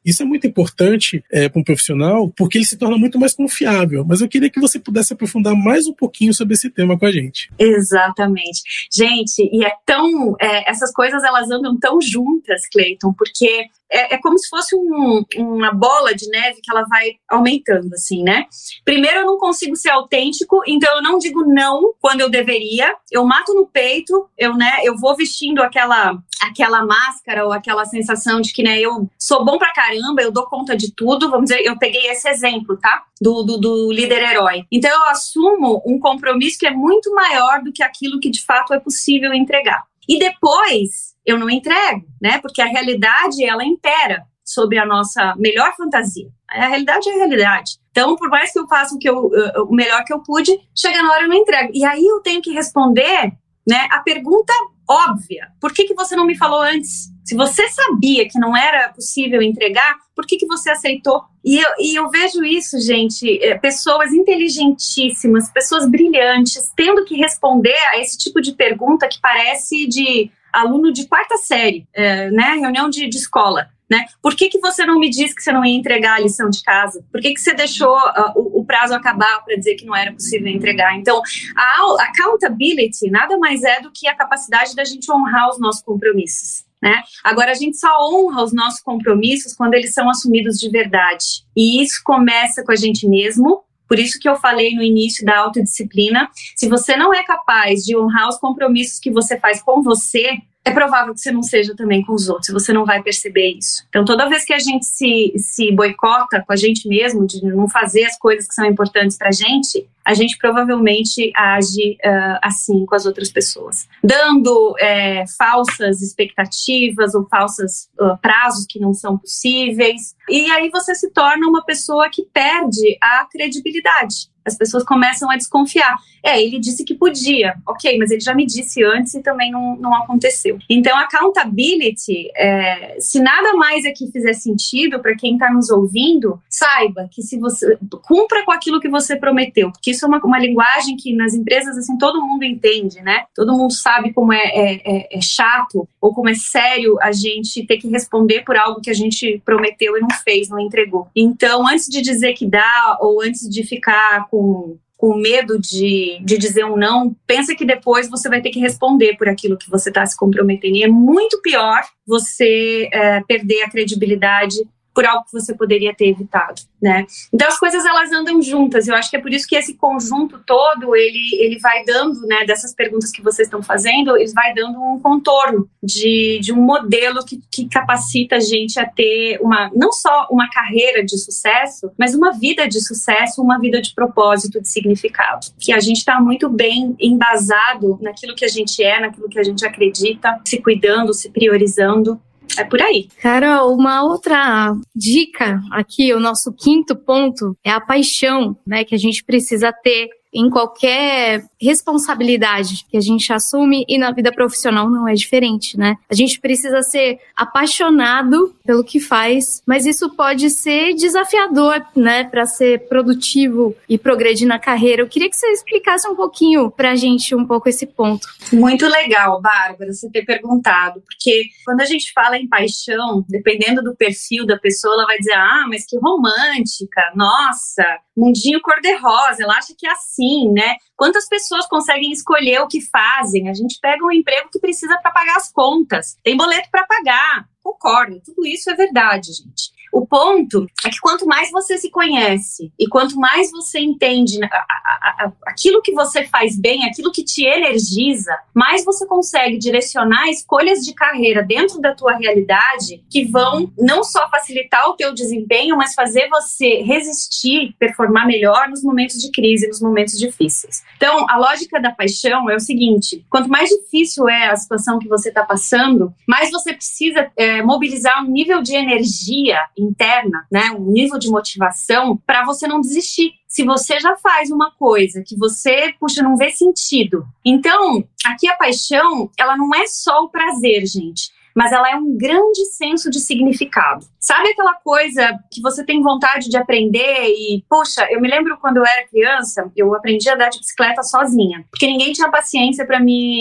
Isso é muito importante é, para um profissional, porque ele se torna muito mais confiável. Mas eu queria que você pudesse aprofundar mais um pouquinho sobre esse tema com a gente. Exatamente. Gente, e é tão... É, essas coisas, elas andam tão juntas, Cleiton, porque é, é como se fosse um, uma bola de neve que ela vai aumentando, assim, né? Primeiro, eu não consigo ser autêntico, então eu não digo não quando eu deveria. Eu mato no peito, eu, né, eu vou vestindo aquela... aquela máscara ou aquela sensação de que, né, eu sou bom pra caramba, eu dou conta de tudo, vamos dizer, eu peguei esse exemplo, tá? Do, do, do líder herói. Então eu assumo um compromisso que é muito maior do que aquilo que de fato é possível entregar. E depois eu não entrego, né? Porque a realidade, ela impera sobre a nossa melhor fantasia. A realidade é a realidade. Então, por mais que eu faça o, que eu, o melhor que eu pude, chega na hora eu não entrego. E aí eu tenho que responder, né, a pergunta óbvia. Por que que você não me falou antes? Se você sabia que não era possível entregar, por que que você aceitou? E eu, e eu vejo isso, gente, é, pessoas inteligentíssimas, pessoas brilhantes, tendo que responder a esse tipo de pergunta que parece de aluno de quarta série, é, né, reunião de, de escola. Né? Por que que você não me disse que você não ia entregar a lição de casa? Por que que você deixou uh, o, o prazo acabar para dizer que não era possível entregar? Então, a accountability nada mais é do que a capacidade da gente honrar os nossos compromissos. Né? Agora, a gente só honra os nossos compromissos quando eles são assumidos de verdade. E isso começa com a gente mesmo. Por isso que eu falei no início da autodisciplina. Se você não é capaz de honrar os compromissos que você faz com você, é provável que você não seja também com os outros, você não vai perceber isso. Então, toda vez que a gente se, se boicota com a gente mesmo, de não fazer as coisas que são importantes pra gente, a gente provavelmente age uh, assim com as outras pessoas. Dando é, falsas expectativas ou falsos uh, prazos que não são possíveis. E aí você se torna uma pessoa que perde a credibilidade. As pessoas começam a desconfiar. É, ele disse que podia. Ok, mas ele já me disse antes e também não, não aconteceu. Então, accountability, é, se nada mais aqui fizer sentido para quem está nos ouvindo, saiba que se você cumpra com aquilo que você prometeu, porque isso é uma, uma linguagem que nas empresas, assim, todo mundo entende, né? Todo mundo sabe como é, é, é chato ou como é sério a gente ter que responder por algo que a gente prometeu e não fez, não entregou. Então, antes de dizer que dá ou antes de ficar com, com medo de, de dizer um não, pensa que depois você vai ter que responder por aquilo que você está se comprometendo. E é muito pior você é, perder a credibilidade por algo que você poderia ter evitado, né? Então as coisas, elas andam juntas. Eu acho que é por isso que esse conjunto todo, ele, ele vai dando, né, dessas perguntas que vocês estão fazendo, ele vai dando um contorno de, de um modelo que, que capacita a gente a ter uma, não só uma carreira de sucesso, mas uma vida de sucesso, uma vida de propósito, de significado. Que a gente está muito bem embasado naquilo que a gente é, naquilo que a gente acredita, se cuidando, se priorizando. É por aí. Carol, uma outra dica aqui, o nosso quinto ponto, é a paixão, né, que a gente precisa ter em qualquer responsabilidade que a gente assume, e na vida profissional não é diferente, né? A gente precisa ser apaixonado pelo que faz, mas isso pode ser desafiador, né, para ser produtivo e progredir na carreira. Eu queria que você explicasse um pouquinho pra gente um pouco esse ponto. Muito legal, Bárbara, você ter perguntado, porque quando a gente fala em paixão, dependendo do perfil da pessoa, ela vai dizer, ah, mas que romântica, nossa, mundinho cor-de-rosa, ela acha que é assim, né? Quantas pessoas conseguem escolher o que fazem? A gente pega um emprego que precisa para pagar as contas, tem boleto para pagar, concordo, tudo isso é verdade, gente. O ponto é que quanto mais você se conhece e quanto mais você entende a, a, a, aquilo que você faz bem, aquilo que te energiza, mais você consegue direcionar escolhas de carreira dentro da tua realidade que vão não só facilitar o teu desempenho, mas fazer você resistir, performar melhor nos momentos de crise, nos momentos difíceis. Então, a lógica da paixão é o seguinte, quanto mais difícil é a situação que você está passando, mais você precisa é, mobilizar um nível de energia interna, né, um nível de motivação para você não desistir. Se você já faz uma coisa que você, puxa, não vê sentido. Então, aqui a paixão, ela não é só o prazer, gente, mas ela é um grande senso de significado. Sabe aquela coisa que você tem vontade de aprender e, poxa, eu me lembro quando eu era criança, eu aprendi a andar de bicicleta sozinha, porque ninguém tinha paciência para me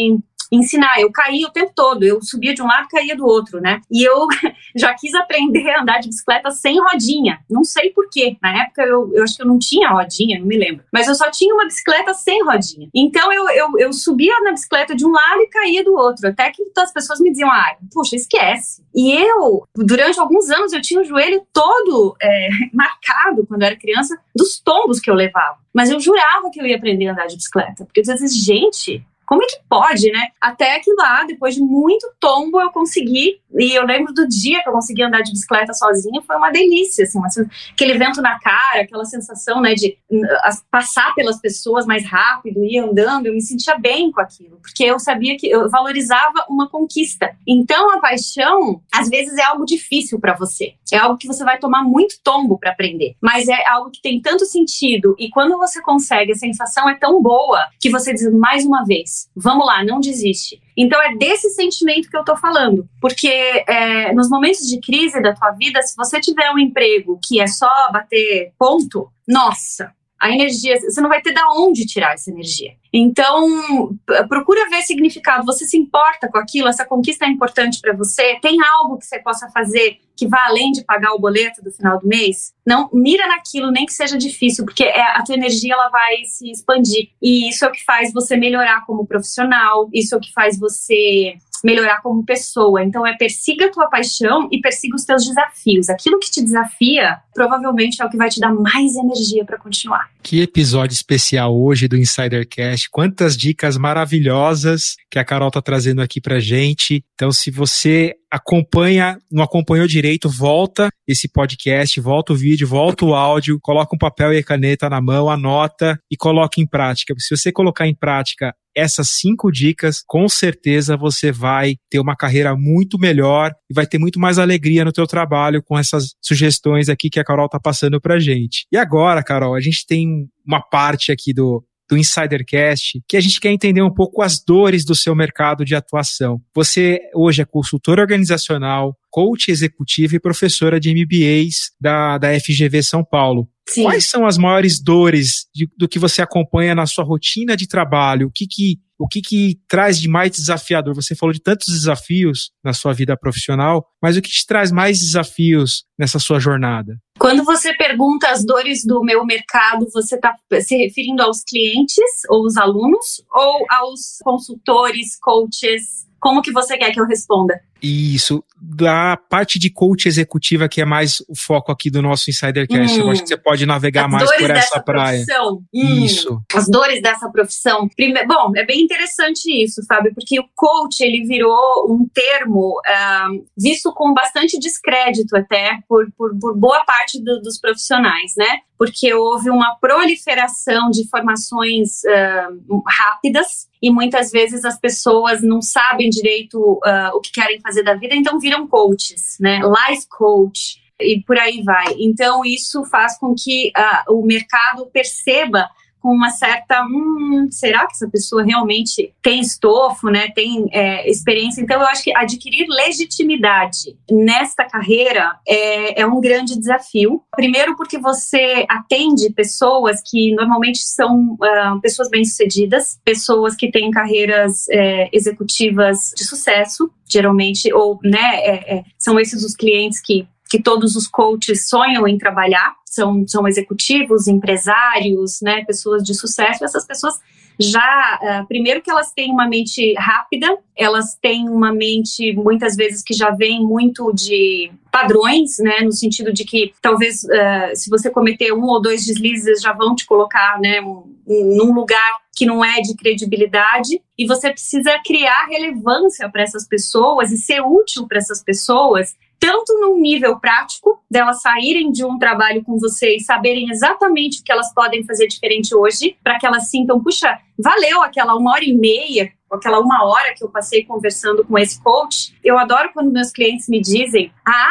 ensinar. Eu caía o tempo todo, eu subia de um lado e caía do outro, né? E eu já quis aprender a andar de bicicleta sem rodinha. Não sei porquê. Na época eu, eu acho que eu não tinha rodinha, não me lembro. Mas eu só tinha uma bicicleta sem rodinha. Então eu, eu, eu subia na bicicleta de um lado e caía do outro. Até que as pessoas me diziam, ah, puxa, esquece. E eu, durante alguns anos, eu tinha o joelho todo é, marcado, quando eu era criança, dos tombos que eu levava. Mas eu jurava que eu ia aprender a andar de bicicleta. Porque eu dizia assim, gente, como é que pode, né? Até que lá, depois de muito tombo, eu consegui. E eu lembro do dia que eu consegui andar de bicicleta sozinha, foi uma delícia, assim, uma, aquele vento na cara, aquela sensação, né, de uh, passar pelas pessoas mais rápido, ir andando, eu me sentia bem com aquilo, porque eu sabia que eu valorizava uma conquista. Então, a paixão, às vezes, é algo difícil para você. É algo que você vai tomar muito tombo para aprender, mas é algo que tem tanto sentido, e quando você consegue, a sensação é tão boa, que você diz, mais uma vez, vamos lá, não desiste. Então é desse sentimento que eu tô falando, porque é, nos momentos de crise da tua vida, se você tiver um emprego que é só bater ponto, nossa, a energia, você não vai ter de onde tirar essa energia. Então, procura ver significado, você se importa com aquilo, essa conquista é importante para você, tem algo que você possa fazer que vá além de pagar o boleto do final do mês? Não, mira naquilo, nem que seja difícil, porque a tua energia ela vai se expandir, e isso é o que faz você melhorar como profissional, isso é o que faz você melhorar como pessoa. Então é persiga a tua paixão e persiga os teus desafios. Aquilo que te desafia, provavelmente é o que vai te dar mais energia para continuar. Que episódio especial hoje do InsiderCast. Quantas dicas maravilhosas que a Carol tá trazendo aqui pra gente. Então, se você acompanha, não acompanhou direito, volta esse podcast, volta o vídeo, volta o áudio, coloca um papel e caneta na mão, anota e coloca em prática. Se você colocar em prática essas cinco dicas, com certeza você vai ter uma carreira muito melhor e vai ter muito mais alegria no teu trabalho com essas sugestões aqui que a Carol tá passando pra gente. E agora, Carol, a gente tem uma parte aqui do do InsiderCast, que a gente quer entender um pouco as dores do seu mercado de atuação. Você hoje é consultora organizacional, coach executivo e professora de M B As da, da F G V São Paulo. Sim. Quais são as maiores dores de, do que você acompanha na sua rotina de trabalho? O que que, o que que traz de mais desafiador? Você falou de tantos desafios na sua vida profissional, mas o que te traz mais desafios nessa sua jornada? Quando você pergunta as dores do meu mercado, você está se referindo aos clientes ou os alunos ou aos consultores, coaches? Como que você quer que eu responda? Isso, da parte de coach executiva, que é mais o foco aqui do nosso InsiderCast. Hum, eu acho que você pode navegar mais por essa praia. Profissão. Isso. Hum, as dores dessa profissão. Prime... Bom, é bem interessante isso, Fábio, porque o coach, ele virou um termo uh, visto com bastante descrédito até por, por, por boa parte do, dos profissionais, né? Porque houve uma proliferação de formações uh, rápidas e muitas vezes as pessoas não sabem direito uh, o que querem fazer da vida, então viram coaches, né? Life coach e por aí vai. Então isso faz com que uh, o mercado perceba com uma certa, hum, será que essa pessoa realmente tem estofo, né? Tem é, experiência? Então eu acho que adquirir legitimidade nesta carreira é, é um grande desafio. Primeiro porque você atende pessoas que normalmente são uh, pessoas bem-sucedidas, pessoas que têm carreiras é, executivas de sucesso, geralmente, ou né, é, é, são esses os clientes que que todos os coaches sonham em trabalhar, são, são executivos, empresários, né, pessoas de sucesso. Essas pessoas já, uh, primeiro que elas têm uma mente rápida, elas têm uma mente, muitas vezes, que já vem muito de padrões, né, no sentido de que talvez, uh, se você cometer um ou dois deslizes, já vão te colocar, né, um, um, num lugar que não é de credibilidade, e você precisa criar relevância para essas pessoas e ser útil para essas pessoas, tanto no nível prático, delas saírem de um trabalho com você e saberem exatamente o que elas podem fazer diferente hoje, para que elas sintam, puxa, valeu aquela uma hora e meia, aquela uma hora que eu passei conversando com esse coach. Eu adoro quando meus clientes me dizem,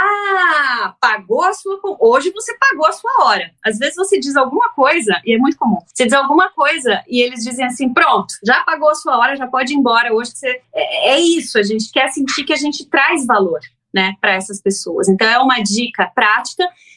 ah, pagou a sua, hoje você pagou a sua hora. Às vezes você diz alguma coisa, e é muito comum, você diz alguma coisa e eles dizem assim, pronto, já pagou a sua hora, já pode ir embora, hoje você... É, é isso, a gente quer sentir que a gente traz valor, né, para essas pessoas. Então é uma dica prática.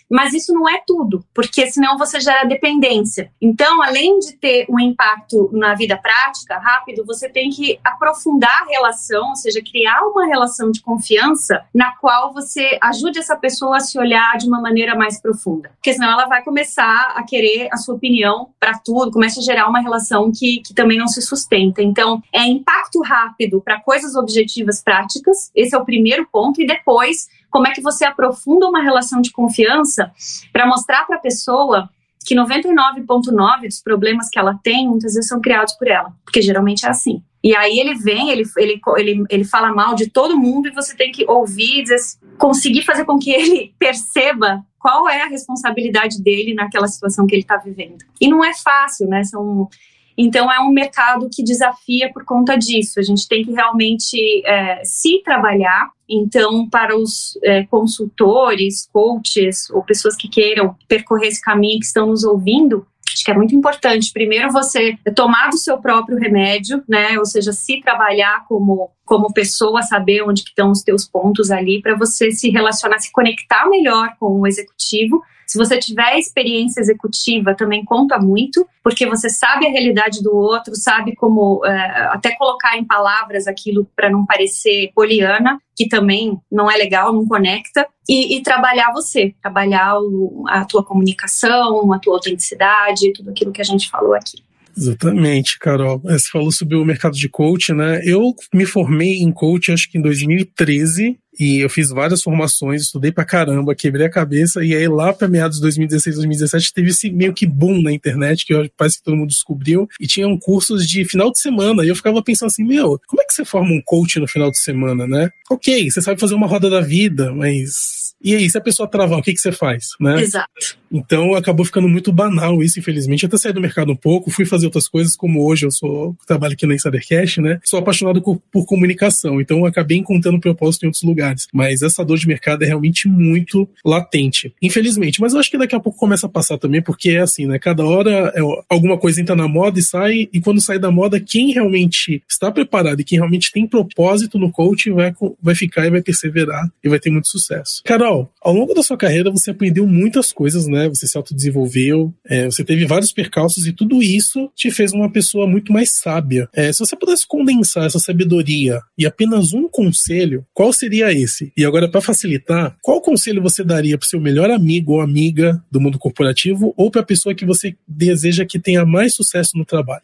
Mas isso não é tudo, porque senão você gera dependência. Então, além de ter um impacto na vida prática, rápido, você tem que aprofundar a relação, ou seja, criar uma relação de confiança na qual você ajude essa pessoa a se olhar de uma maneira mais profunda. Porque senão ela vai começar a querer a sua opinião para tudo, começa a gerar uma relação que, que também não se sustenta. Então, é impacto rápido para coisas objetivas práticas, esse é o primeiro ponto, e depois, como é que você aprofunda uma relação de confiança para mostrar para a pessoa que noventa e nove vírgula nove por cento dos problemas que ela tem, muitas vezes são criados por ela, porque geralmente é assim. E aí ele vem, ele, ele, ele, ele fala mal de todo mundo e você tem que ouvir, dizer, conseguir fazer com que ele perceba qual é a responsabilidade dele naquela situação que ele está vivendo. E não é fácil, né? São... Então, é um mercado que desafia por conta disso. A gente tem que realmente é, se trabalhar. Então, para os é, consultores, coaches ou pessoas que queiram percorrer esse caminho, que estão nos ouvindo, acho que é muito importante, primeiro, você tomar do seu próprio remédio, né? Ou seja, se trabalhar como, como pessoa, saber onde que estão os teus pontos ali, para você se relacionar, se conectar melhor com o executivo. Se você tiver experiência executiva, também conta muito, porque você sabe a realidade do outro, sabe como é, até colocar em palavras aquilo para não parecer poliana, que também não é legal, não conecta, e, e trabalhar você, trabalhar o, a tua comunicação, a tua autenticidade, tudo aquilo que a gente falou aqui. Exatamente, Carol. Você falou sobre o mercado de coach, né? Eu me formei em coach, acho que em dois mil e treze, e eu fiz várias formações, estudei pra caramba, quebrei a cabeça, e aí lá pra meados de dois mil e dezesseis, dois mil e dezessete, teve esse meio que boom na internet, que parece que todo mundo descobriu, e tinham cursos de final de semana, e eu ficava pensando assim, meu, como é que você forma um coach no final de semana, né? Ok, você sabe fazer uma roda da vida, mas... E aí, se a pessoa travar, o que, que você faz, né? Exato. Então, acabou ficando muito banal isso, infelizmente. Eu até saí do mercado um pouco, fui fazer outras coisas, como hoje eu sou, trabalho aqui na InsiderCast, né? Sou apaixonado por, por comunicação, então eu acabei encontrando propósito em outros lugares. Mas essa dor de mercado é realmente muito latente, infelizmente. Mas eu acho que daqui a pouco começa a passar também, porque é assim, né? Cada hora é, alguma coisa entra na moda e sai, e quando sai da moda, quem realmente está preparado e quem realmente tem propósito no coaching vai, vai ficar e vai perseverar e vai ter muito sucesso. Carol, ao longo da sua carreira você aprendeu muitas coisas, né? Você se autodesenvolveu, é, você teve vários percalços e tudo isso te fez uma pessoa muito mais sábia. É, se você pudesse condensar essa sabedoria e apenas um conselho, qual seria esse? E agora, para facilitar, qual conselho você daria para o seu melhor amigo ou amiga do mundo corporativo ou para a pessoa que você deseja que tenha mais sucesso no trabalho?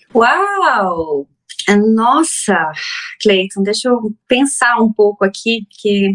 Uau! Nossa, Cleiton, deixa eu pensar um pouco aqui, que...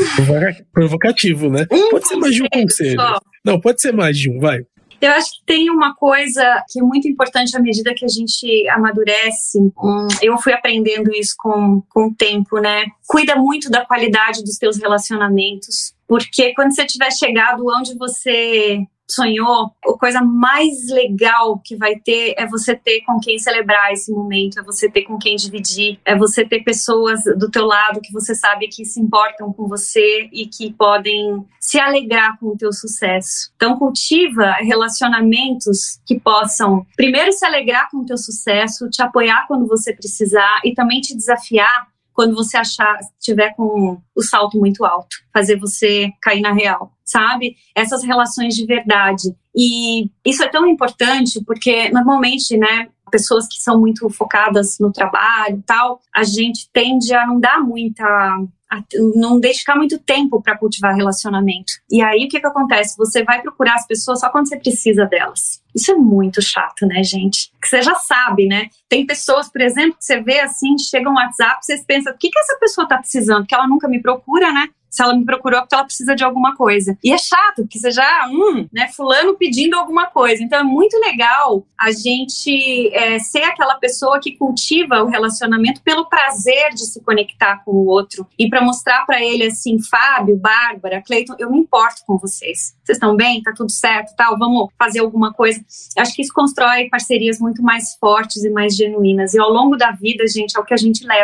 Provocativo, né? Um pode ser mais de um conselho. Só. Não, pode ser mais de um, vai. Eu acho que tem uma coisa que é muito importante à medida que a gente amadurece. Hum, eu fui aprendendo isso com, com o tempo, né? Cuida muito da qualidade dos teus relacionamentos, porque quando você tiver chegado onde você sonhou, a coisa mais legal que vai ter é você ter com quem celebrar esse momento, é você ter com quem dividir, é você ter pessoas do teu lado que você sabe que se importam com você e que podem se alegrar com o teu sucesso. Então cultiva relacionamentos que possam primeiro se alegrar com o teu sucesso, te apoiar quando você precisar e também te desafiar quando você achar, estiver com o salto muito alto, fazer você cair na real, sabe? Essas relações de verdade. E isso é tão importante porque, normalmente, né, pessoas que são muito focadas no trabalho e tal, a gente tende a não dar muita... a não dedicar muito tempo para cultivar relacionamento. E aí, o que que acontece? Você vai procurar as pessoas só quando você precisa delas. Isso é muito chato, né, gente? Que você já sabe, né? Tem pessoas, por exemplo, que você vê assim, chega um WhatsApp, você pensa, o que que essa pessoa tá precisando? Porque ela nunca me procura, né? Se ela me procurou, é porque ela precisa de alguma coisa. E é chato, porque você já, hum, né, fulano pedindo alguma coisa. Então é muito legal a gente é, ser aquela pessoa que cultiva o relacionamento pelo prazer de se conectar com o outro. E para mostrar para ele assim, Fábio, Bárbara, Cleiton, eu me importo com vocês. Vocês estão bem? Tá tudo certo? Tal? Vamos fazer alguma coisa. Acho que isso constrói parcerias muito mais fortes e mais genuínas. E ao longo da vida, gente, é o que a gente leva.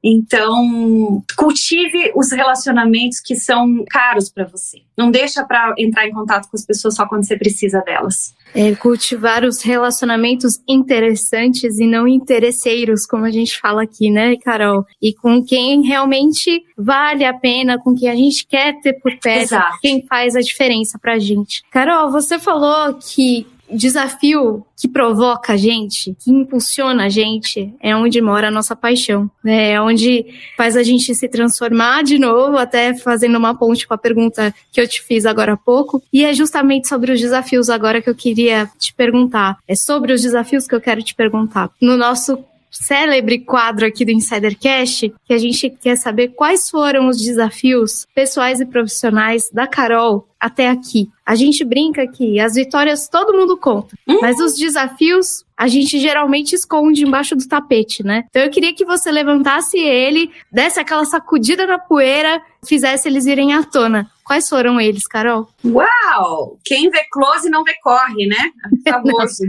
Então, cultive os relacionamentos que são caros para você. Não deixa para entrar em contato com as pessoas só quando você precisa delas. É, cultivar os relacionamentos interessantes e não interesseiros, como a gente fala aqui, né, Carol? E com quem realmente vale a pena, com quem a gente quer ter por perto, Exato. Quem faz a diferença pra gente. Carol, você falou que desafio que provoca a gente, que impulsiona a gente, é onde mora a nossa paixão, né? É onde faz a gente se transformar de novo, até fazendo uma ponte com a pergunta que eu te fiz agora há pouco. E é justamente sobre os desafios agora que eu queria te perguntar. É sobre os desafios que eu quero te perguntar. No nosso célebre quadro aqui do InsiderCast, que a gente quer saber quais foram os desafios pessoais e profissionais da Carol até aqui. A gente brinca que as vitórias todo mundo conta, hum? mas os desafios a gente geralmente esconde embaixo do tapete, né? Então eu queria que você levantasse ele, desse aquela sacudida na poeira, fizesse eles irem à tona. Quais foram eles, Carol? Uau! Quem vê close não vê corre, né? Famoso.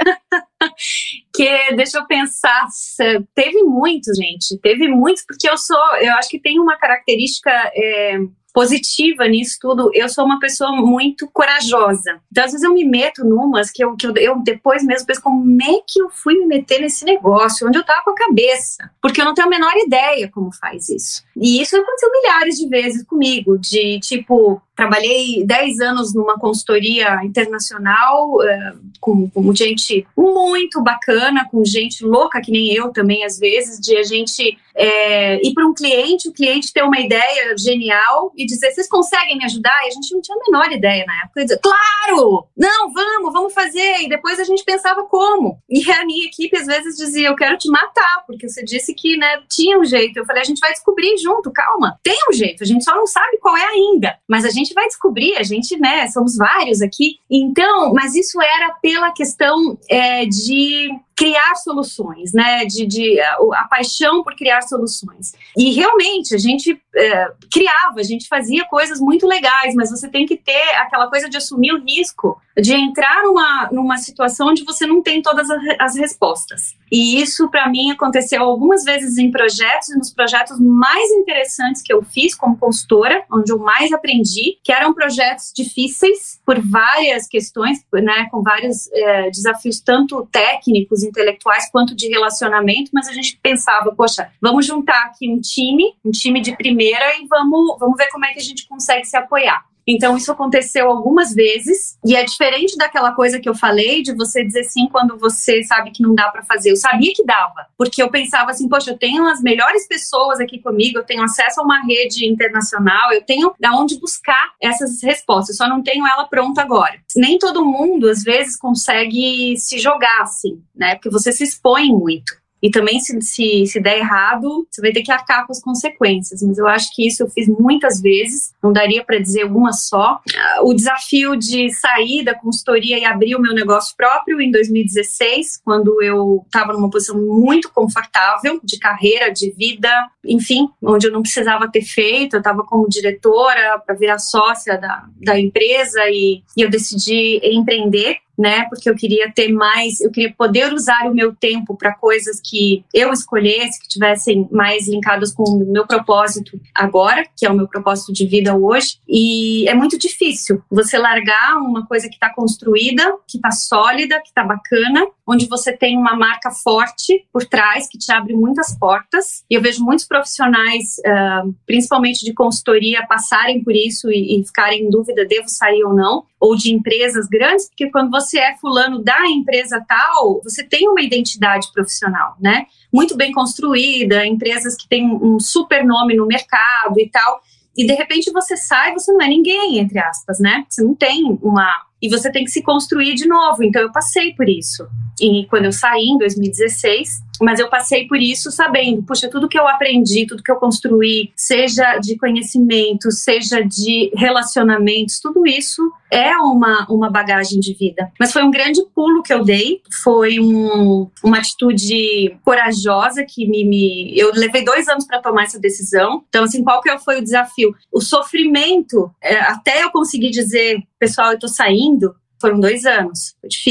Que, deixa eu pensar, teve muito, gente. Teve muitos, porque eu sou, eu acho que tem uma característica é, positiva nisso tudo. Eu sou uma pessoa muito corajosa. Então, às vezes eu me meto numas que eu, que eu, eu depois mesmo penso, como é que eu fui me meter nesse negócio? Onde eu tava com a cabeça? Porque eu não tenho a menor ideia como faz isso. E isso aconteceu milhares de vezes comigo, de tipo, trabalhei dez anos numa consultoria internacional, uh, com, com gente muito bacana, com gente louca, que nem eu também, às vezes, de a gente é, ir para um cliente, o cliente ter uma ideia genial e dizer, vocês conseguem me ajudar? E a gente não tinha a menor ideia na época. Eu dizia, claro! Não, vamos, vamos fazer. E depois a gente pensava como. E a minha equipe, às vezes, dizia, eu quero te matar, porque você disse que, né, tinha um jeito. Eu falei, a gente vai descobrir junto, calma. Tem um jeito, a gente só não sabe qual é ainda. Mas a gente vai descobrir, a gente, né, somos vários aqui. Então, mas isso era pela questão é, de criar soluções, né, de, de a, a paixão por criar soluções. E realmente a gente é, criava, a gente fazia coisas muito legais, mas você tem que ter aquela coisa de assumir o risco de entrar numa, numa situação onde você não tem todas as respostas. E isso, para mim, aconteceu algumas vezes em projetos, e nos projetos mais interessantes que eu fiz como consultora, onde eu mais aprendi, que eram projetos difíceis por várias questões, né, com vários é, desafios, tanto técnicos, intelectuais, quanto de relacionamento, mas a gente pensava, poxa, vamos juntar aqui um time, um time de primeira e vamos, vamos ver como é que a gente consegue se apoiar. Então, isso aconteceu algumas vezes, e é diferente daquela coisa que eu falei, de você dizer sim quando você sabe que não dá pra fazer. Eu sabia que dava, porque eu pensava assim, poxa, eu tenho as melhores pessoas aqui comigo, eu tenho acesso a uma rede internacional, eu tenho da onde buscar essas respostas, só não tenho ela pronta agora. Nem todo mundo, às vezes, consegue se jogar assim, né, porque você se expõe muito. E também, se, se, se der errado, você vai ter que arcar com as consequências. Mas eu acho que isso eu fiz muitas vezes, não daria para dizer uma só. O desafio de sair da consultoria e abrir o meu negócio próprio em dois mil e dezesseis, quando eu estava numa posição muito confortável, de carreira, de vida, enfim, onde eu não precisava ter feito. Eu estava como diretora para virar sócia da, da empresa e, e eu decidi empreender, né, porque eu queria ter mais, eu queria poder usar o meu tempo para coisas que eu escolhesse, que tivessem mais linkadas com o meu propósito agora, que é o meu propósito de vida hoje. E é muito difícil você largar uma coisa que está construída, que está sólida, que está bacana, onde você tem uma marca forte por trás, que te abre muitas portas. E eu vejo muitos profissionais, uh, principalmente de consultoria, passarem por isso e, e ficarem em dúvida, devo sair ou não, ou de empresas grandes, porque quando você é fulano da empresa tal, você tem uma identidade profissional, né? Muito bem construída, empresas que têm um super nome no mercado e tal, e de repente você sai, você não é ninguém, entre aspas, né? Você não tem uma... E você tem que se construir de novo. Então eu passei por isso. E quando eu saí em dois mil e dezesseis, mas eu passei por isso sabendo, puxa, tudo que eu aprendi, tudo que eu construí, seja de conhecimento, seja de relacionamentos, tudo isso é uma, uma bagagem de vida. Mas foi um grande pulo que eu dei, foi um, uma atitude corajosa que me, me... Eu levei dois anos para tomar essa decisão. Então, assim, qual que foi o desafio? O sofrimento, é, até eu conseguir dizer, pessoal, eu tô saindo, foram dois anos, foi difícil.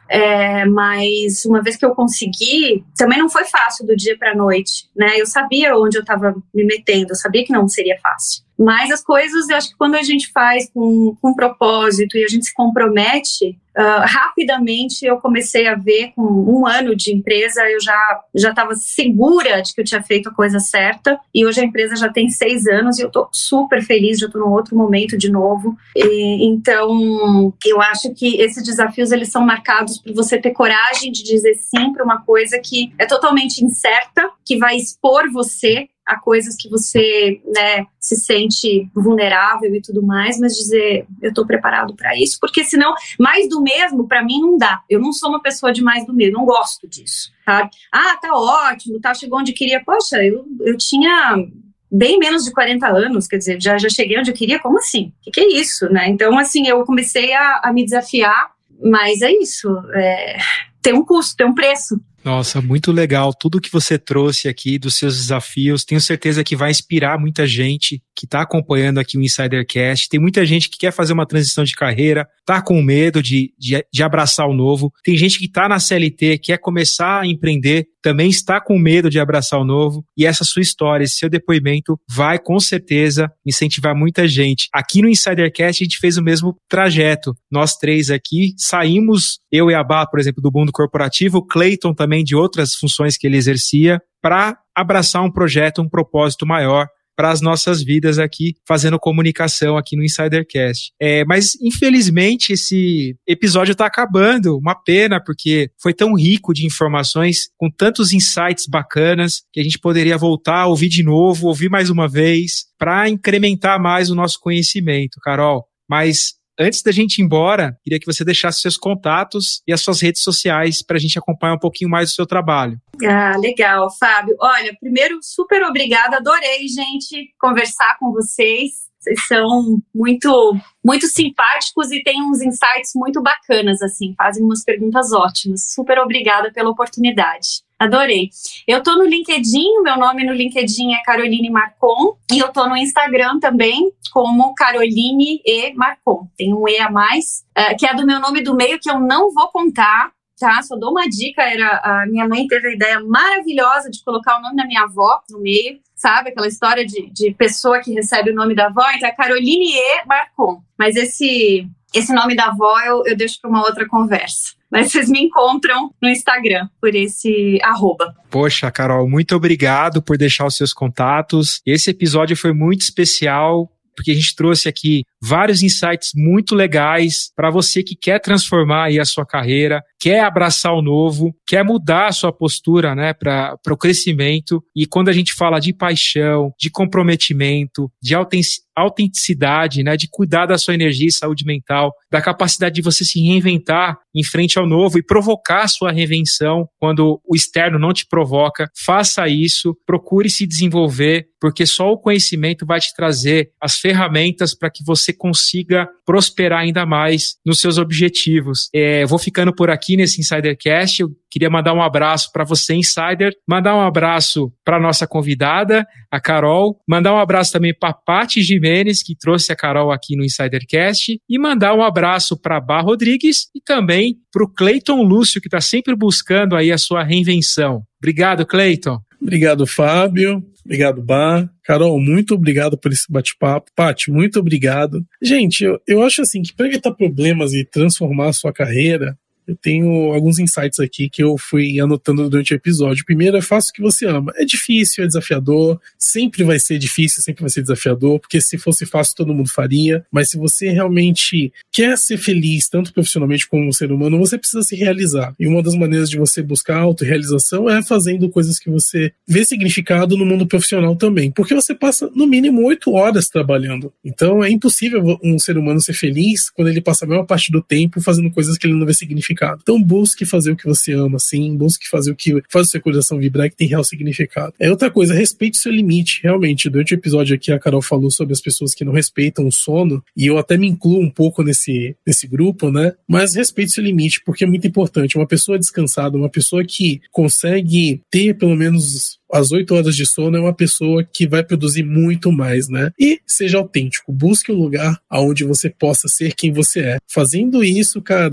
É, mas uma vez que eu consegui, também não foi fácil do dia para a noite, né? Eu sabia onde eu estava me metendo, eu sabia que não seria fácil. Mas as coisas, eu acho que quando a gente faz com, com propósito e a gente se compromete, uh, rapidamente eu comecei a ver, com um ano de empresa, eu já já estava segura de que eu tinha feito a coisa certa, e hoje a empresa já tem seis anos e eu estou super feliz, já estou num outro momento de novo. E, então, eu acho que esses desafios, eles são marcados por você ter coragem de dizer sim para uma coisa que é totalmente incerta, que vai expor você a coisas que você, né, se sente vulnerável e tudo mais, mas dizer, eu tô preparado para isso, porque senão, mais do mesmo, para mim não dá. Eu não sou uma pessoa de mais do mesmo, não gosto disso, sabe? Ah, tá ótimo, tá, chegou onde queria. Poxa, eu, eu tinha bem menos de quarenta anos, quer dizer, já, já cheguei onde eu queria, como assim? O que, que é isso, né? Então, assim, eu comecei a, a me desafiar, mas é isso, é, tem um custo, tem um preço. Nossa, muito legal tudo que você trouxe aqui dos seus desafios. Tenho certeza que vai inspirar muita gente que está acompanhando aqui o InsiderCast. Tem muita gente que quer fazer uma transição de carreira, tá com medo de, de, de abraçar o novo. Tem gente que está na C L T, quer começar a empreender, também está com medo de abraçar o novo. E essa sua história, esse seu depoimento vai com certeza incentivar muita gente. Aqui no InsiderCast a gente fez o mesmo trajeto. Nós três aqui saímos, eu e a Bá, por exemplo, do mundo corporativo, o Clayton também de outras funções que ele exercia, para abraçar um projeto, um propósito maior para as nossas vidas aqui, fazendo comunicação aqui no InsiderCast. É, mas, infelizmente, esse episódio está acabando. Uma pena, porque foi tão rico de informações, com tantos insights bacanas, que a gente poderia voltar, ouvir de novo, ouvir mais uma vez, para incrementar mais o nosso conhecimento, Carol. Mas antes da gente ir embora, queria que você deixasse seus contatos e as suas redes sociais para a gente acompanhar um pouquinho mais do seu trabalho. Ah, legal, Fábio. Olha, primeiro, super obrigada. Adorei, gente, conversar com vocês. Vocês são muito, muito simpáticos e têm uns insights muito bacanas, assim. Fazem umas perguntas ótimas. Super obrigada pela oportunidade. Adorei. Eu tô no LinkedIn, meu nome no LinkedIn é Caroline Marcon, e eu tô no Instagram também como Caroline E Marcon. Tem um E a mais, uh, que é do meu nome do meio, que eu não vou contar, tá? Só dou uma dica, era, a minha mãe teve a ideia maravilhosa de colocar o nome da minha avó no meio, sabe? Aquela história de, de pessoa que recebe o nome da avó, então é Caroline E Marcon. Mas esse, esse nome da avó eu, eu deixo para uma outra conversa. Mas vocês me encontram no Instagram por esse arroba. Poxa, Carol, muito obrigado por deixar os seus contatos. Esse episódio foi muito especial, porque a gente trouxe aqui vários insights muito legais para você que quer transformar aí a sua carreira, quer abraçar o novo, quer mudar a sua postura, né, para o crescimento. E quando a gente fala de paixão, de comprometimento, de autenticidade, né, de cuidar da sua energia e saúde mental, da capacidade de você se reinventar em frente ao novo e provocar a sua reinvenção quando o externo não te provoca, faça isso, procure se desenvolver, porque só o conhecimento vai te trazer as ferramentas para que você consiga prosperar ainda mais nos seus objetivos. É, vou ficando por aqui nesse InsiderCast. Eu queria mandar um abraço para você, Insider, mandar um abraço para nossa convidada, a Carol, mandar um abraço também para a Paty Jimenez, que trouxe a Carol aqui no InsiderCast, e mandar um abraço para a Bá Rodrigues e também para o Clayton Lúcio, que está sempre buscando aí a sua reinvenção. Obrigado, Clayton. Obrigado, Fábio. Obrigado, Bá. Carol, muito obrigado por esse bate-papo. Paty, muito obrigado. Gente, eu, eu acho assim que para evitar problemas e transformar a sua carreira, eu tenho alguns insights aqui que eu fui anotando durante o episódio. Primeiro, é faça o que você ama. É difícil, é desafiador, sempre vai ser difícil, sempre vai ser desafiador, porque se fosse fácil todo mundo faria, mas se você realmente quer ser feliz, tanto profissionalmente como ser humano, você precisa se realizar. E uma das maneiras de você buscar autorrealização é fazendo coisas que você vê significado no mundo profissional também, porque você passa no mínimo oito horas trabalhando. Então é impossível um ser humano ser feliz quando ele passa a maior parte do tempo fazendo coisas que ele não vê significado. Então busque fazer o que você ama, sim, busque fazer o que faz o seu coração vibrar, que tem real significado. É outra coisa, respeite o seu limite, realmente. Durante o episódio aqui a Carol falou sobre as pessoas que não respeitam o sono, e eu até me incluo um pouco nesse, nesse grupo, né? Mas respeite o seu limite, porque é muito importante. Uma pessoa descansada, uma pessoa que consegue ter pelo menos as oito horas de sono é uma pessoa que vai produzir muito mais, né? E seja autêntico, busque um lugar onde você possa ser quem você é. Fazendo isso, cara,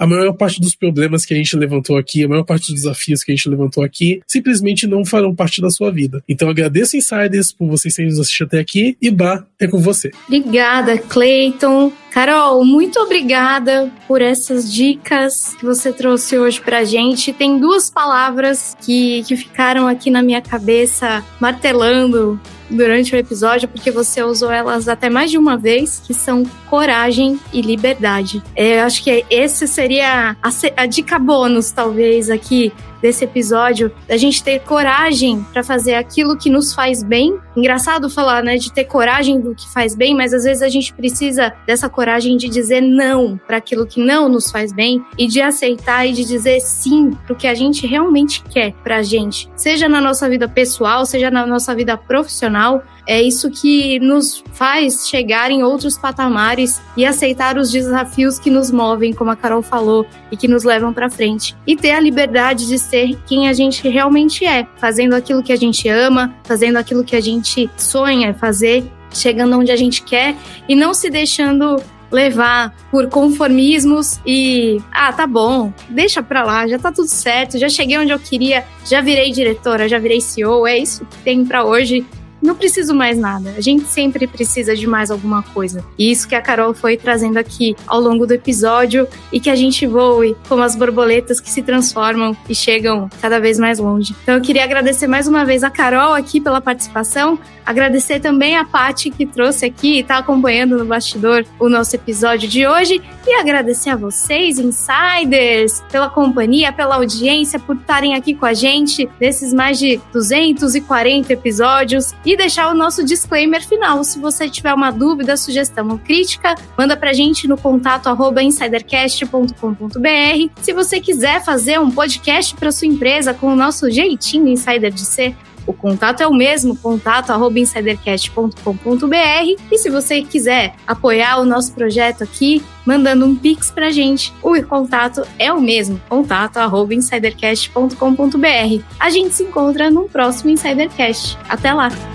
a maior parte dos problemas que a gente levantou aqui, a maior parte dos desafios que a gente levantou aqui, simplesmente não farão parte da sua vida. Então agradeço, Insiders, por vocês terem nos assistido até aqui, e Bá, é com você. Obrigada, Clayton. Carol, muito obrigada por essas dicas que você trouxe hoje pra gente. Tem duas palavras que, que ficaram aqui na minha cabeça, martelando durante o episódio, porque você usou elas até mais de uma vez, que são coragem e liberdade. É, eu acho que esse seria a, a dica bônus, talvez, aqui desse episódio, da gente ter coragem para fazer aquilo que nos faz bem. Engraçado falar, né, de ter coragem do que faz bem, mas às vezes a gente precisa dessa coragem de dizer não para aquilo que não nos faz bem e de aceitar e de dizer sim pro que a gente realmente quer pra gente, seja na nossa vida pessoal, seja na nossa vida profissional. É isso que nos faz chegar em outros patamares e aceitar os desafios que nos movem, como a Carol falou, e que nos levam para frente. E ter a liberdade de ser quem a gente realmente é, fazendo aquilo que a gente ama, fazendo aquilo que a gente sonha fazer, chegando onde a gente quer e não se deixando levar por conformismos e, ah, tá bom, deixa pra lá, já tá tudo certo, já cheguei onde eu queria, já virei diretora, já virei C E O, é isso que tem pra hoje. Não preciso mais nada. A gente sempre precisa de mais alguma coisa. E isso que a Carol foi trazendo aqui ao longo do episódio e que a gente voe como as borboletas que se transformam e chegam cada vez mais longe. Então eu queria agradecer mais uma vez a Carol aqui pela participação, agradecer também a Paty que trouxe aqui e tá acompanhando no bastidor o nosso episódio de hoje e agradecer a vocês, Insiders, pela companhia, pela audiência, por estarem aqui com a gente nesses mais de duzentos e quarenta episódios. E deixar o nosso disclaimer final. Se você tiver uma dúvida, sugestão ou crítica, manda pra gente no contato arroba insidercast ponto com ponto b r. Se você quiser fazer um podcast para sua empresa com o nosso jeitinho insider de ser, o contato é o mesmo, contato arroba insidercast ponto com ponto b r. E se você quiser apoiar o nosso projeto aqui, mandando um pix pra gente, o contato é o mesmo, contato arroba insidercast ponto com ponto b r. A gente se encontra no próximo Insidercast. Até lá!